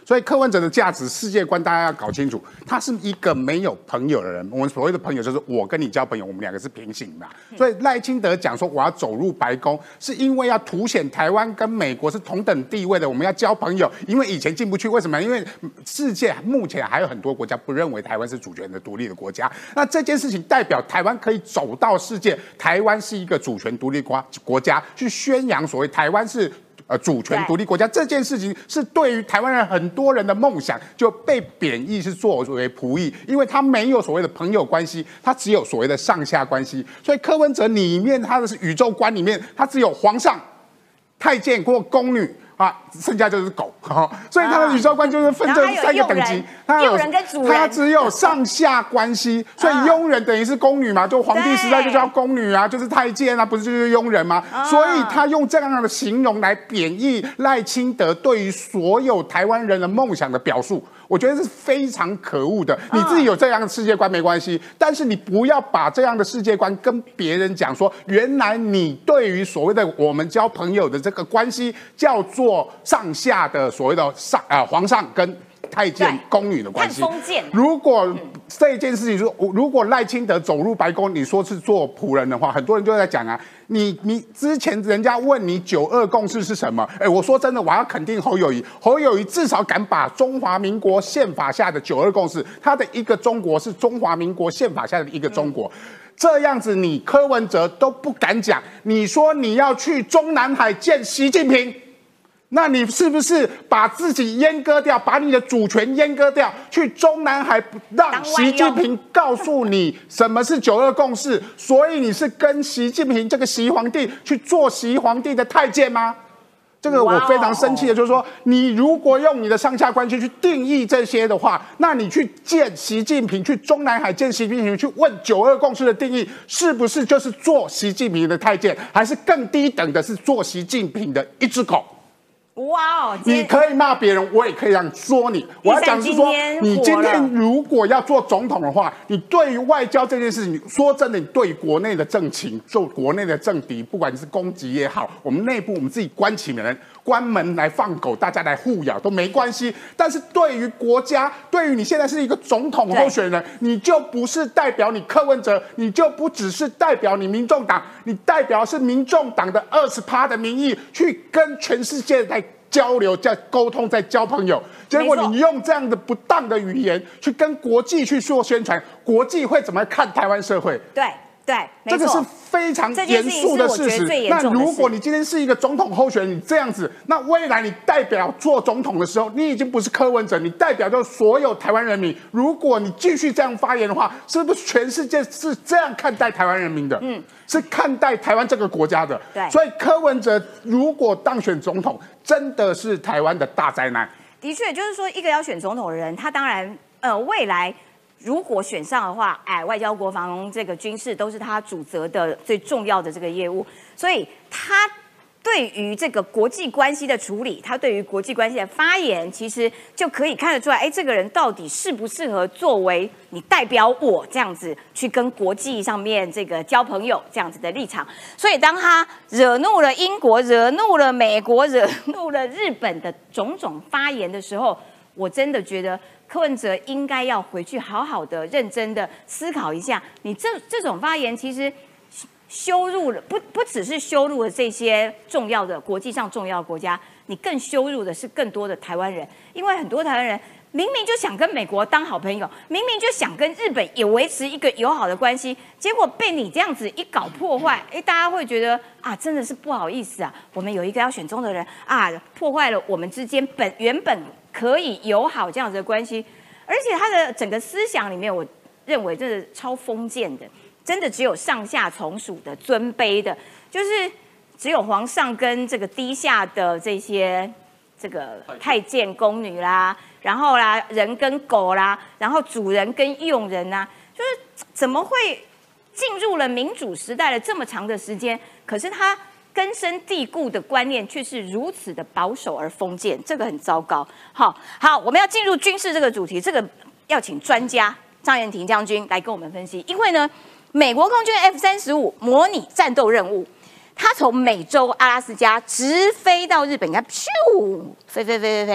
所以柯文哲的价值世界观大家要搞清楚，他是一个没有朋友的人。我们所谓的朋友就是我跟你交朋友，我们两个是平行的。所以赖清德讲说我要走入白宫，是因为要凸显台湾跟美国是同等地位的，我们要交朋友。因为以前进不去，为什么？因为世界目前还有很多国家不认为台湾是主权的独立的国家。那这件事情代表台湾可以走到世界，台湾是一个主权独立国国家，去宣扬所谓台湾是。呃，主权独立国家这件事情是对于台湾人很多人的梦想就被贬义是作为仆役，因为他没有所谓的朋友关系，他只有所谓的上下关系。所以柯文哲里面他的宇宙观里面，他只有皇上、太监或宫女。啊，剩下就是狗，哦、所以他的宇宙观就是分这三个等级。 他有佣人跟主人， 他只有上下关系，所以佣人等于是宫女嘛，就皇帝时代就叫宫女啊，就是太监啊，不是就是佣人吗？啊、所以他用这样的形容来贬义赖清德对于所有台湾人的梦想的表述。我觉得是非常可恶的。你自己有这样的世界观没关系，但是你不要把这样的世界观跟别人讲说，原来你对于所谓的我们交朋友的这个关系叫做上下的所谓的上啊、呃、皇上跟太监宫女的关系。如果这件事情说，如果赖清德走入白宫，你说是做仆人的话，很多人就在讲啊，你你之前人家问你九二共识是什么？哎，我说真的，我要肯定侯友宜，侯友宜至少敢把中华民国宪法下的九二共识，他的一个中国是中华民国宪法下的一个中国。嗯，这样子，你柯文哲都不敢讲。你说你要去中南海见习近平，那你是不是把自己阉割掉，把你的主权阉割掉，去中南海让习近平告诉你什么是九二共识？所以你是跟习近平这个习皇帝去做习皇帝的太监吗？这个我非常生气的，就是说，你如果用你的上下关系去定义这些的话，那你去见习近平，去中南海见习近平，去问九二共识的定义，是不是就是做习近平的太监，还是更低等的是做习近平的一只狗？ 哇哦！ 你可以骂别人，我也可以这样说你。我要讲的是说，你今天如果要做总统的话，你对于外交这件事情，说真的，你对于国内的政情，就国内的政敌，不管是攻击也好，我们内部我们自己关起门关门来放狗，大家来互咬都没关系。但是对于国家，对于你现在是一个总统候选人，你就不是代表你柯文哲，你就不只是代表你民众党，你代表是民众党的二十趴的民意，去跟全世界来交流、在沟通、在交朋友。结果你用这样的不当的语言去跟国际去做宣传，国际会怎么看台湾社会？ 对。对， 这个是非常严肃的事实。那如果你今天是一个总统候选人，你这样子，那未来你代表做总统的时候，你已经不是柯文哲，你代表着所有台湾人民。如果你继续这样发言的话，是不是全世界是这样看待台湾人民的？嗯，是看待台湾这个国家的。对，所以柯文哲如果当选总统，真的是台湾的大灾难。 的确，就是说一个要选总统的人，他当然呃未来。如果选上的话，哎，外交、国防、这个军事都是他主责的最重要的这个业务，所以他对于这个国际关系的处理，他对于国际关系的发言，其实就可以看得出来，哎，这个人到底适不适合作为你代表我这样子去跟国际上面这个交朋友这样子的立场。所以当他惹怒了英国、惹怒了美国、惹怒了日本的种种发言的时候，我真的觉得柯文哲应该要回去好好的、认真的思考一下，你这这种发言其实羞辱了，不不只是羞辱了这些重要的国际上重要的国家，你更羞辱的是更多的台湾人，因为很多台湾人明明就想跟美国当好朋友，明明就想跟日本也维持一个友好的关系，结果被你这样子一搞破坏，哎，大家会觉得啊，真的是不好意思啊，我们有一个要选中的人啊，破坏了我们之间本原本可以友好这样子的关系，而且他的整个思想里面，我认为这是超封建的，真的只有上下从属的、尊卑的，就是只有皇上跟这个低下的这些这个太监宫女啦，然后啦人跟狗啦，然后主人跟佣人啦，就是怎么会进入了民主时代了这么长的时间，可是他根深蒂固的观念却是如此的保守而封建，这个很糟糕。好，好，我们要进入军事这个主题，这个要请专家张延廷将军来跟我们分析。因为呢，美国空军 F 三十五模拟战斗任务，它从美洲阿拉斯加直飞到日本，你看，咻，飞飞飞飞飞，飞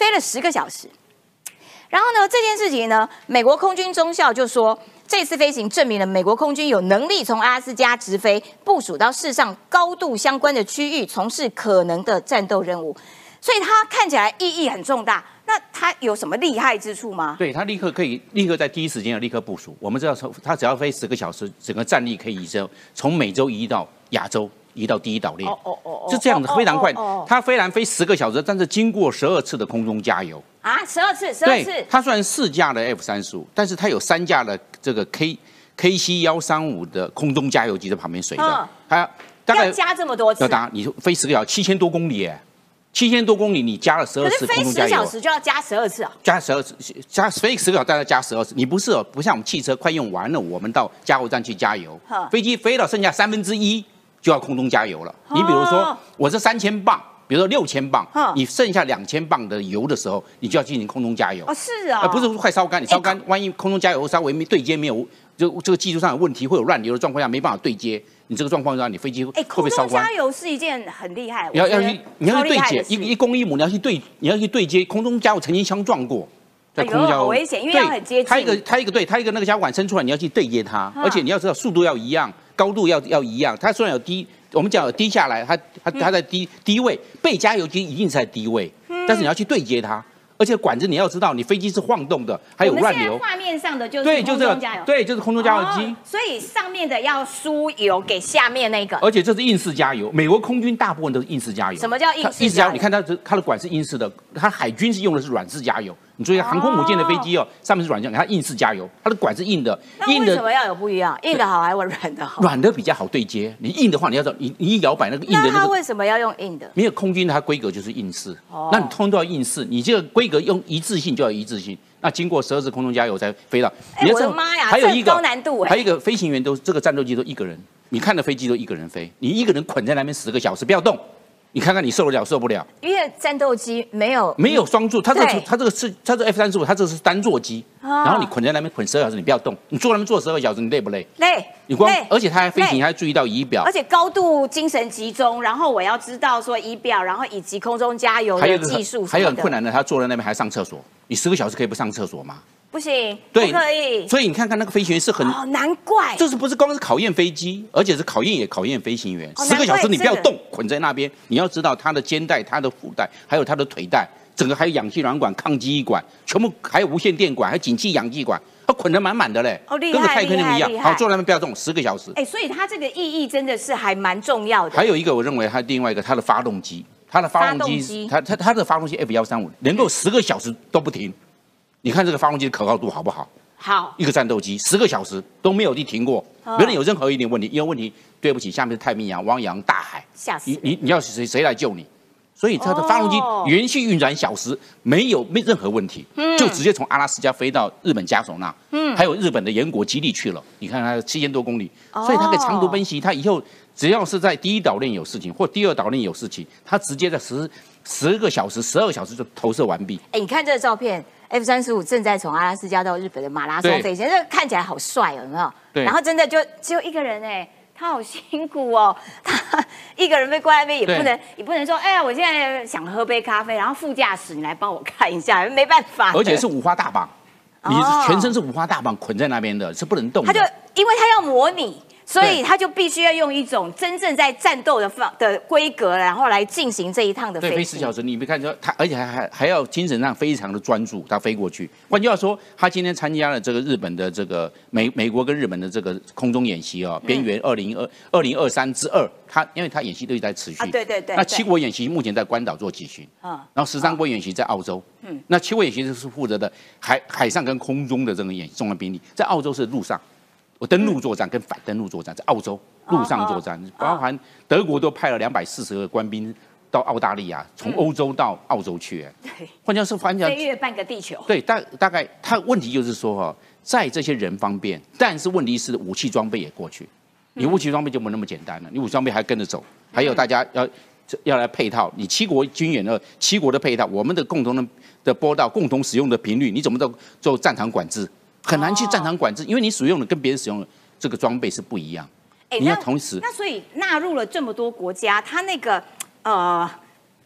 飞了十个小时。然后呢，这件事情呢，美国空军中校就说，这次飞行证明了美国空军有能力从阿拉斯加直飞，部署到世上高度相关的区域，从事可能的战斗任务。所以它看起来意义很重大。那它有什么厉害之处吗？ 对，它立刻可以立刻在第一时间立刻部署。我们知道，它只要飞十个小时，整个战力可以移升，从美洲移到亚洲，移到第一岛链。哦哦哦，是这样的，非常快。它虽然飞十个小时，但是经过十二次的空中加油。 啊，十二次，十二次。 对，它虽然四架的 F 三十五，但是它有三架的这个 K K C 幺三五的空中加油机在旁边随着。它大概要加这么多次。 要打，你飞十个小时，七千多公里哎。七千多公里，你加了十二次空中加油， 可是飞十小时就要加十二次啊？ 加十二次，加飞十个小时，大概加十二次。你不是哦，不像我们汽车快用完了，我们到加油站去加油。飞机飞到剩下三分之一就要空中加油了。你比如说，我是三千磅，比如说六千磅，你剩下两千磅的油的时候，你就要进行空中加油。 哦，是啊， 而不是快烧干，你烧干，万一空中加油稍微没对接没有，就这个技术上有问题，会有乱流的状况下没办法对接。你这个状况下，你飞机会不会烧关？ 加油是一件很厉害， 你要要去你要去对接一一公一母，你要去对你要去对接。空中加油曾经相撞过， 在空中加油好危险，因为要很接近。 它一个它一个对它一个那个加油管伸出来，你要去对接它，而且你要知道速度要一样，高度要要一样。它虽然有低，我们讲有低下来，它它它在低低位，被加油机一定是在低位，但是你要去对接它。而且管子你要知道，你飞机是晃动的，还有乱流。 画面上的就是对，就空中加油， 对，就是空中加油机。 哦，所以上面的要输油给下面那个。 而且这是硬式加油，美国空军大部分都是硬式加油。 什么叫硬式加油？你看它的它的管是硬式的，它海军是用的是软式加油。你注意，航空母舰的飞机哦，上面是软酱，它硬式加油，它的管是硬的。 那为什么要有不一样？硬的好还是软的好？ 软的比较好对接，你硬的话，你要知道，你你一摇摆那个硬的那个。 那它为什么要用硬的？ 因为空军它规格就是硬式，哦，那你通通都要硬式，你这个规格用一致性就要一致性。那经过十二次空中加油才飞到。 哎，我的妈呀！ 还有一个高难度哎， 还有一个飞行员都这个战斗机都一个人，你看的飞机都一个人飞，你一个人捆在那边十个小时不要动。你看看你受得了受不了？ 因为战斗机没有没有双座，它这个它这个是它这 F 三十五，它这个是单座机，然后你捆在那边捆十二小时，你不要动，你坐那边坐十二小时，你累不累？ 累。 你光而且它还飞行，你还注意到仪表， 而且高度精神集中，然后我要知道说仪表，然后以及空中加油的技术， 还有很困难的，他坐在那边还上厕所，你十个小时可以不上厕所吗？ 不行， 对， 不可以。 所以你看看那个飞行员是很， 哦，难怪， 这是不是光是考验飞机，而且是考验也考验飞行员。十个小时你不要动，捆在那边，你要知道他的肩带、他的腹带，还有他的腿带，整个还有氧气软管、抗击管，全部还有无线电管，还有紧气氧气管，它捆得满满的嘞， 哦，厉害， 跟个太空人一样。好，坐在那边不要动，十个小时。 哎，所以它这个意义真的是还蛮重要的。 还有一个，我认为它另外一个，它的发动机，它的发动机，它它它的发动机 F 一三五能够十个小时都不停。你看这个发动机的可靠度好不好？ 好， 一个战斗机十个小时都没有地停过，没人有任何一点问题。因为问题，对不起，下面是太平洋、汪洋大海， 吓死你你你要谁谁来救你？所以它的发动机元气运转小时没有没任何问题，嗯、就直接从阿拉斯加飞到日本加索纳，嗯，还有日本的岩国基地去了。你看它七千多公里，哦、所以它可以长途奔袭。它以后只要是在第一岛链有事情或第二岛链有事情，它直接在十十个小时、十二个小时就投射完毕。 哎，你看这个照片。F 三十五正在从阿拉斯加到日本的马拉松飞行，这看起来好帅，有没有？ 对。 然后真的就只有一个人哎，他好辛苦哦，他一个人被关在那边也不能，也不能说，哎呀，我现在想喝杯咖啡，然后副驾驶你来帮我看一下，没办法。 而且是五花大绑，你全身是五花大绑捆在那边的，是不能动的。 他就因为他要模拟。所以他就必须要用一种真正在战斗的方的规格，然后来进行这一趟的飞行。 对，飞十小时，你没看说他，而且还还还要精神上非常的专注，他飞过去。换句话说，他今天参加了这个日本的这个美美国跟日本的这个空中演习哦，边缘二零二二零二三之二，他因为他演习都一直在持续。 啊，对对对。 那七国演习目前在关岛做集训，嗯，然后十三国演习在澳洲，嗯，那七国演习是负责的海海上跟空中的这个演习，重要兵力，在澳洲是陆上。我登陆作战跟反登陆作战在澳洲陆上作战，包含德国都派了两百四十个官兵到澳大利亚，从欧洲到澳洲去。对，换句话说，翻讲飞越半个地球。 对，大大概他问题就是说哈，在这些人方面，但是问题是武器装备也过去，你武器装备就没那么简单了，你武器装备还跟着走，还有大家要要来配套，你七国军演的七国的配套，我们的共同的的波道、共同使用的频率，你怎么做做战场管制？很难去战场管制，因为你使用的跟别人使用的这个装备是不一样。哎，你要同时， 那所以纳入了这么多国家，它那个呃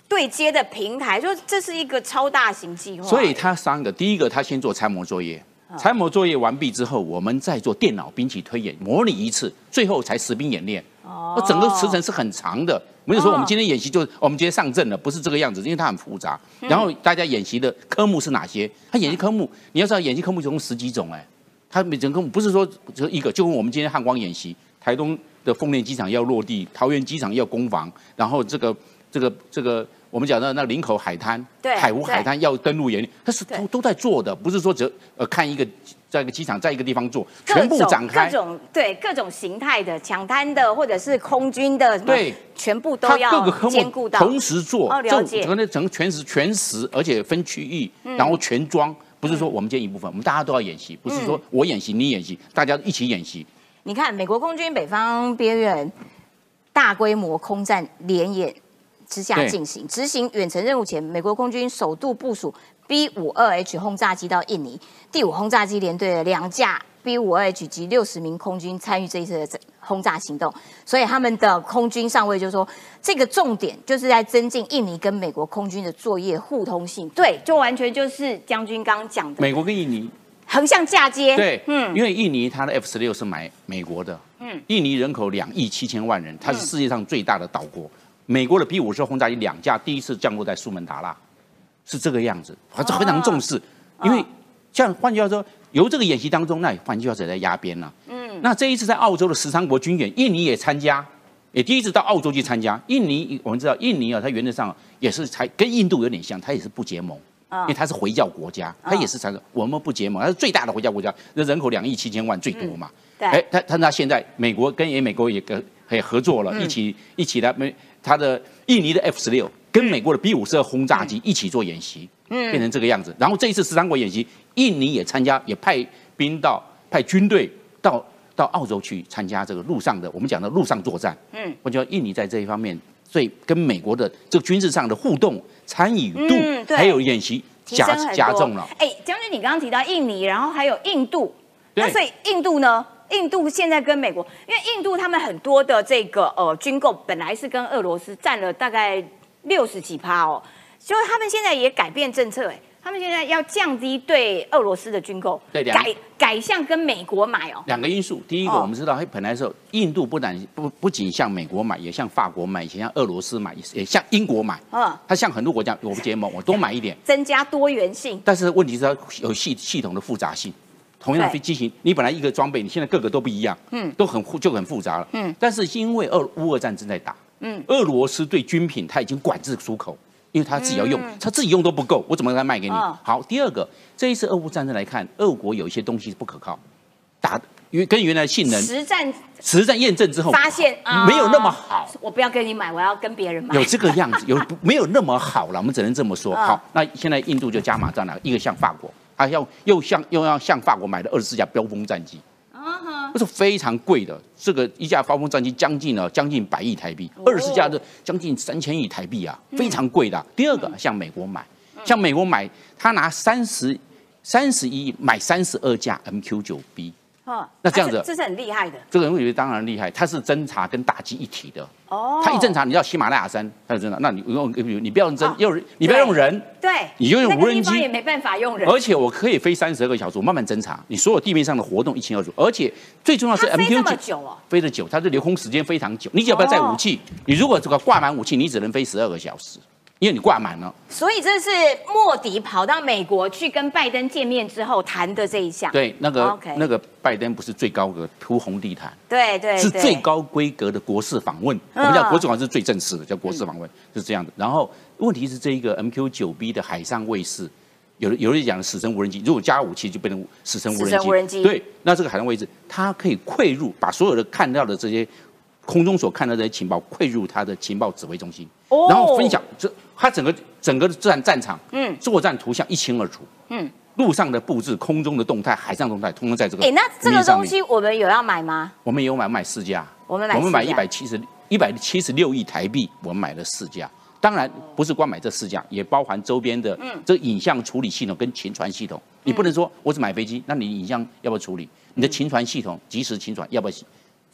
对接的平台，就这是一个超大型计划。 所以它三个，第一个它先做参谋作业，参谋作业完毕之后，我们再做电脑兵棋推演，模拟一次，最后才实兵演练。哦，整个时程是很长的。没有说我们今天演习就是我们直接上阵了，不是这个样子，因为它很复杂。然后大家演习的科目是哪些？它演习科目，你要知道演习科目总共十几种哎，它每整个不是说就一个，就跟我们今天汉光演习，台东的凤莲机场要落地，桃园机场要攻防，然后这个这个这个我们讲的那林口海滩、海湖海滩要登陆演练，它是都都在做的，不是说只呃看一个。在一个机场，在一个地方做，全部展开， 各种对各种形态的抢滩的，或者是空军的， 对， 全部都要兼顾到， 同时做， 哦，了解， 整个整个全时全时，而且分区域，然后全装，不是说我们今天一部分，我们大家都要演习，不是说我演习你演习，大家一起演习。 你看，美国空军北方边缘大规模空战联演之下进行，执行远程任务前，美国空军首度部署 B 五二 H 轰炸机到印尼，第五轰炸机联队的两架 B 五二 H 及六十名空军参与这一次的轰炸行动，所以他们的空军上尉就说，这个重点就是在增进印尼跟美国空军的作业互通性。对，就完全就是将军刚刚讲的， 美国跟印尼横向嫁接。 对，嗯，因为印尼它的 F 十六是买美国的，嗯，印尼人口两亿七千万人，它是世界上最大的岛国。嗯、美国的 B 五十轰炸机两架第一次降落在苏门答腊。是这个样子，还是非常重视，因为像换句话说，由这个演习当中，那换句话说在压边了。嗯，那这一次在澳洲的十三国军演，印尼也参加，也第一次到澳洲去参加。印尼我们知道，印尼啊，它原则上也是才跟印度有点像，它也是不结盟，因为它是回教国家，它也是才我们不结盟，它是最大的回教国家，那人口两亿七千万最多嘛。对，哎，它它那现在美国跟也美国也跟也合作了，一起一起来美它的印尼的 F 十六。跟美国的 B 五十二轰炸机一起做演习，嗯，变成这个样子。然后这一次十三国演习，印尼也参加，也派兵到派军队到到澳洲去参加这个陆上的我们讲的陆上作战。嗯，我觉得印尼在这一方面，所以跟美国的这个军事上的互动、参与度，嗯、还有演习加加重了。 哎，将军，你刚刚提到印尼，然后还有印度，那所以印度呢？印度现在跟美国，因为印度他们很多的这个呃军购本来是跟俄罗斯占了大概。六十几趴哦，所以他们现在也改变政策，哎，他们现在要降低对俄罗斯的军购，改改向跟美国买哦。 两个因素，第一个我们知道，本来的时候，印度不但不不仅向美国买，也向法国买，也向俄罗斯买，也向英国买。嗯，它向很多国家，我不结盟，我多买一点， 增加多元性。 但是问题是它有系系统的复杂性，同样的机型，你本来一个装备，你现在各个都不一样，嗯，都很就很复杂了，嗯。但是因为俄乌俄战正在打。嗯，俄罗斯对军品它已经管制出口，因为他自己要用，嗯、他自己用都不够，我怎么来卖给你？哦、好，第二个，这一次俄乌战争来看，俄国有一些东西是不可靠，打因为跟原来的性能实战实战验证之后发现、 哦、没有那么好， 我不要跟你买，我要跟别人买， 有这个样子，有没有那么好了？我们只能这么说。哦、好，那现在印度就加码战了，一个向法国，还要又向又要向法国买了二十四架标风战机。这是非常贵的，这个一架标风战机将近了将近百亿台币，二十架的将近三千亿台币啊，非常贵的。第二个向美国买，向美国买，他拿三十三十一亿买三十二架 M Q 九 B。哦，那这样子， 这是很厉害的。 这个我觉得当然厉害，它是侦察跟打击一体的。哦，它一侦察，你到喜马拉雅山，它就侦察，那你用你不要用侦，用你不要用人， 对， 你就用无人机， 也没办法用人。 而且我可以飞三十二个小时，我慢慢侦察你所有地面上的活动一清二楚。而且最重要是 M Q 九飞得久，它的留空时间非常久。你只要不要载武器，你如果这个挂满武器，你只能飞十二个小时。因为你挂满了， 所以这是莫迪跑到美国去跟拜登见面之后谈的这一项。 对，那个、okay. 那个拜登不是最高的铺红地毯， 对对， 是最高规格的国事访问。嗯、我们讲国事访问是最正式的，叫国事访问，嗯、是这样的。然后问题是这一个 M Q 九 B 的海上卫士，有有人讲死神无人机，如果加武器就变成死神无人机。死神无人机。对，那这个海上卫士它可以汇入，把所有的看到的这些空中所看到的这些情报汇入它的情报指挥中心，哦、然后分享这。它整个整个战战场，嗯，作战图像一清二楚，嗯，陆上的布置、空中的动态、海上动态，通通在这个。 哎，那这个东西我们有要买吗？ 我们有买，买四架。 我们买， 我们买一百七十一百七十六亿台币，我们买了四架。当然不是光买这四架，也包含周边的这影像处理系统跟勤传系统。你不能说我只买飞机，那你影像要不要处理？你的勤传系统及时勤传要不要？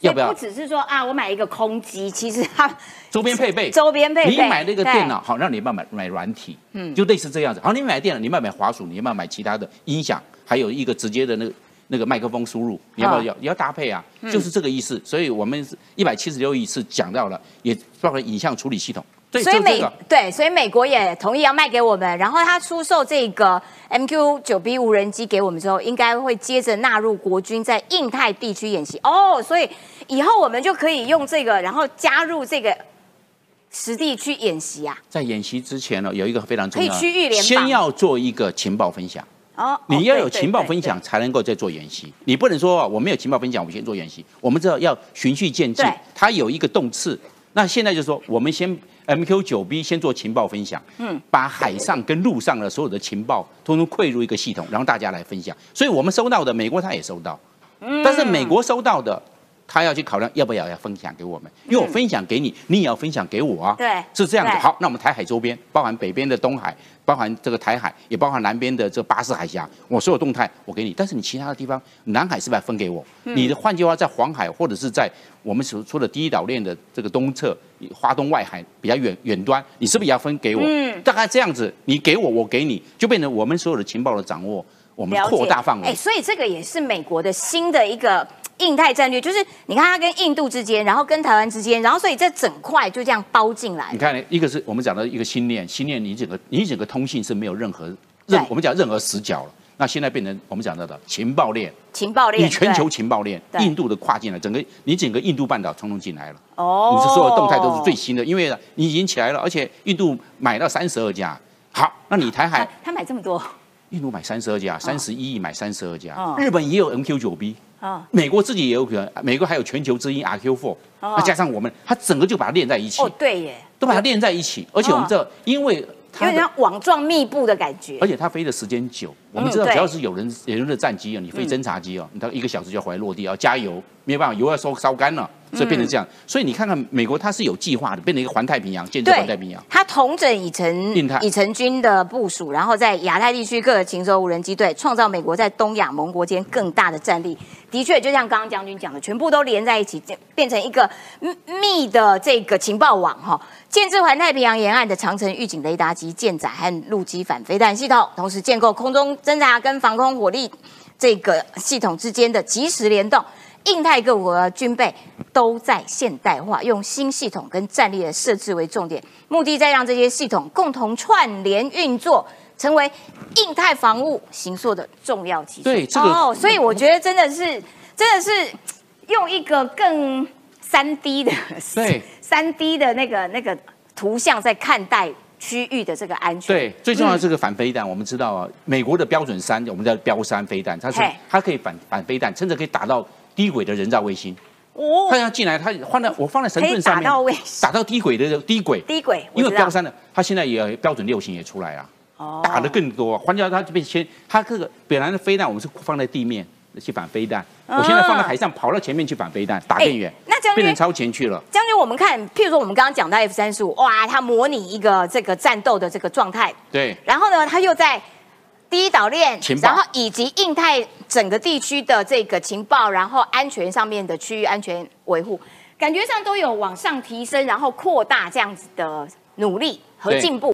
要不要？ 不只是说啊，我买一个空机，其实它周边配备， 周边配备， 你买那个电脑，好，让你要不要买买软体？嗯，就类似这样子。好，你买电脑，你要不要买滑鼠？你要不要买其他的音响？还有一个直接的那个那个麦克风输入，你要不要要？你要搭配啊，就是这个意思。所以我们一百七十六亿是讲到了，也包括影像处理系统。 所以美对，所以美国也同意要卖给我们，然后他出售这个 M Q 九 B 无人机给我们之后，应该会接着纳入国军在印太地区演习哦，所以以后我们就可以用这个，然后加入这个实地去演习啊。 在演习之前呢，有一个非常重要的， 可以区域联防， 先要做一个情报分享。哦，你要有情报分享才能够再做演习，你不能说我没有情报分享，我先做演习。我们知道要循序渐进，它有一个动次。那现在就是说，我们先 M Q 九 B 先做情报分享，嗯，把海上跟陆上的所有的情报通通汇入一个系统，然后大家来分享。所以我们收到的，美国他也收到，嗯，但是美国收到的，他要去考量要不要要分享给我们，因为我分享给你，你也要分享给我啊， 对， 是这样子。好，那我们台海周边，包含北边的东海，包含这个台海，也包含南边的这个巴士海峡，我所有动态我给你，但是你其他的地方，南海是不是要分给我？嗯、你的换句话，在黄海或者是在我们所说的第一岛链的这个东侧，花东外海比较远远端，你是不是也要分给我？嗯，大概这样子，你给我，我给你，就变成我们所有的情报的掌握，我们扩大范围。 哎，所以这个也是美国的新的一个印太战略，就是你看它跟印度之间，然后跟台湾之间，然后所以这整块就这样包进来。 你看，一个是我们讲的一个心链，心链你整个你整个通信是没有任何任我们讲任何死角了。那现在变成我们讲到的情报链， 情报链， 你全球情报链，印度的跨进来，整个你整个印度半岛通通进来了。哦，你的所有动态都是最新的，因为你已经起来了，而且印度买到三十二架。好，那你台海他买这么多， 印度买三十二架，三十一亿买三十二架，日本也有 M Q 九 B。哦、美国自己也有可能，美国还有全球之鹰 R Q 四，那加上我们，它整个就把它连在一起。 哦，对耶， 都把它连在一起，而且我们知道，因为它有点像网状密布的感觉， 而且它飞的时间久。我们知道，只要是有人有人的战机啊，你飞侦察机哦，你到一个小时就要回来落地，要加油，没有办法，油要烧烧干了。所以变成这样，所以你看看美国，它是有计划的，变成一个环太平洋，建设环太平洋。 它统整以城以城军的部署，然后在亚太地区各个禽兽无人机队，创造美国在东亚盟国间更大的战力。的确，就像刚刚将军讲的，全部都连在一起，变成一个密的这个情报网哈，建制环太平洋沿岸的长程预警雷达机、舰载和陆基反飞弹系统，同时建构空中侦察跟防空火力这个系统之间的即时联动。印太各国的军备都在现代化，用新系统跟战力的设置为重点，目的在让这些系统共同串联运作，成为印太防务形塑的重要基础。 对，这个哦，所以我觉得真的是，真的是用一个更三 D 的， 对， 三 D 的那个那个图像在看待区域的这个安全。 对，最重要的这个反飞弹，嗯、我们知道啊，美国的标准三，我们叫标三飞弹，它是它可以反反飞弹，甚至可以打到低轨的人造卫星，哦，它要进来，它放在我放在神盾上面， 打到卫打到低轨的低轨， 低轨， 因为标三的，它现在也标准六型也出来了，哦，打的更多，换句话，它这边先，它这个本来的飞弹我们是放在地面去反飞弹，嗯、我现在放在海上，跑到前面去反飞弹，打更远， 那将军变成超前去了。 将军，我们看，譬如说我们刚刚讲到 F 三十五，哇，它模拟一个这个战斗的这个状态， 对， 然后呢，它又在第一岛链，然后以及印太整个地区的这个情报，然后安全上面的区域安全维护，感觉上都有往上提升，然后扩大这样子的努力和进步。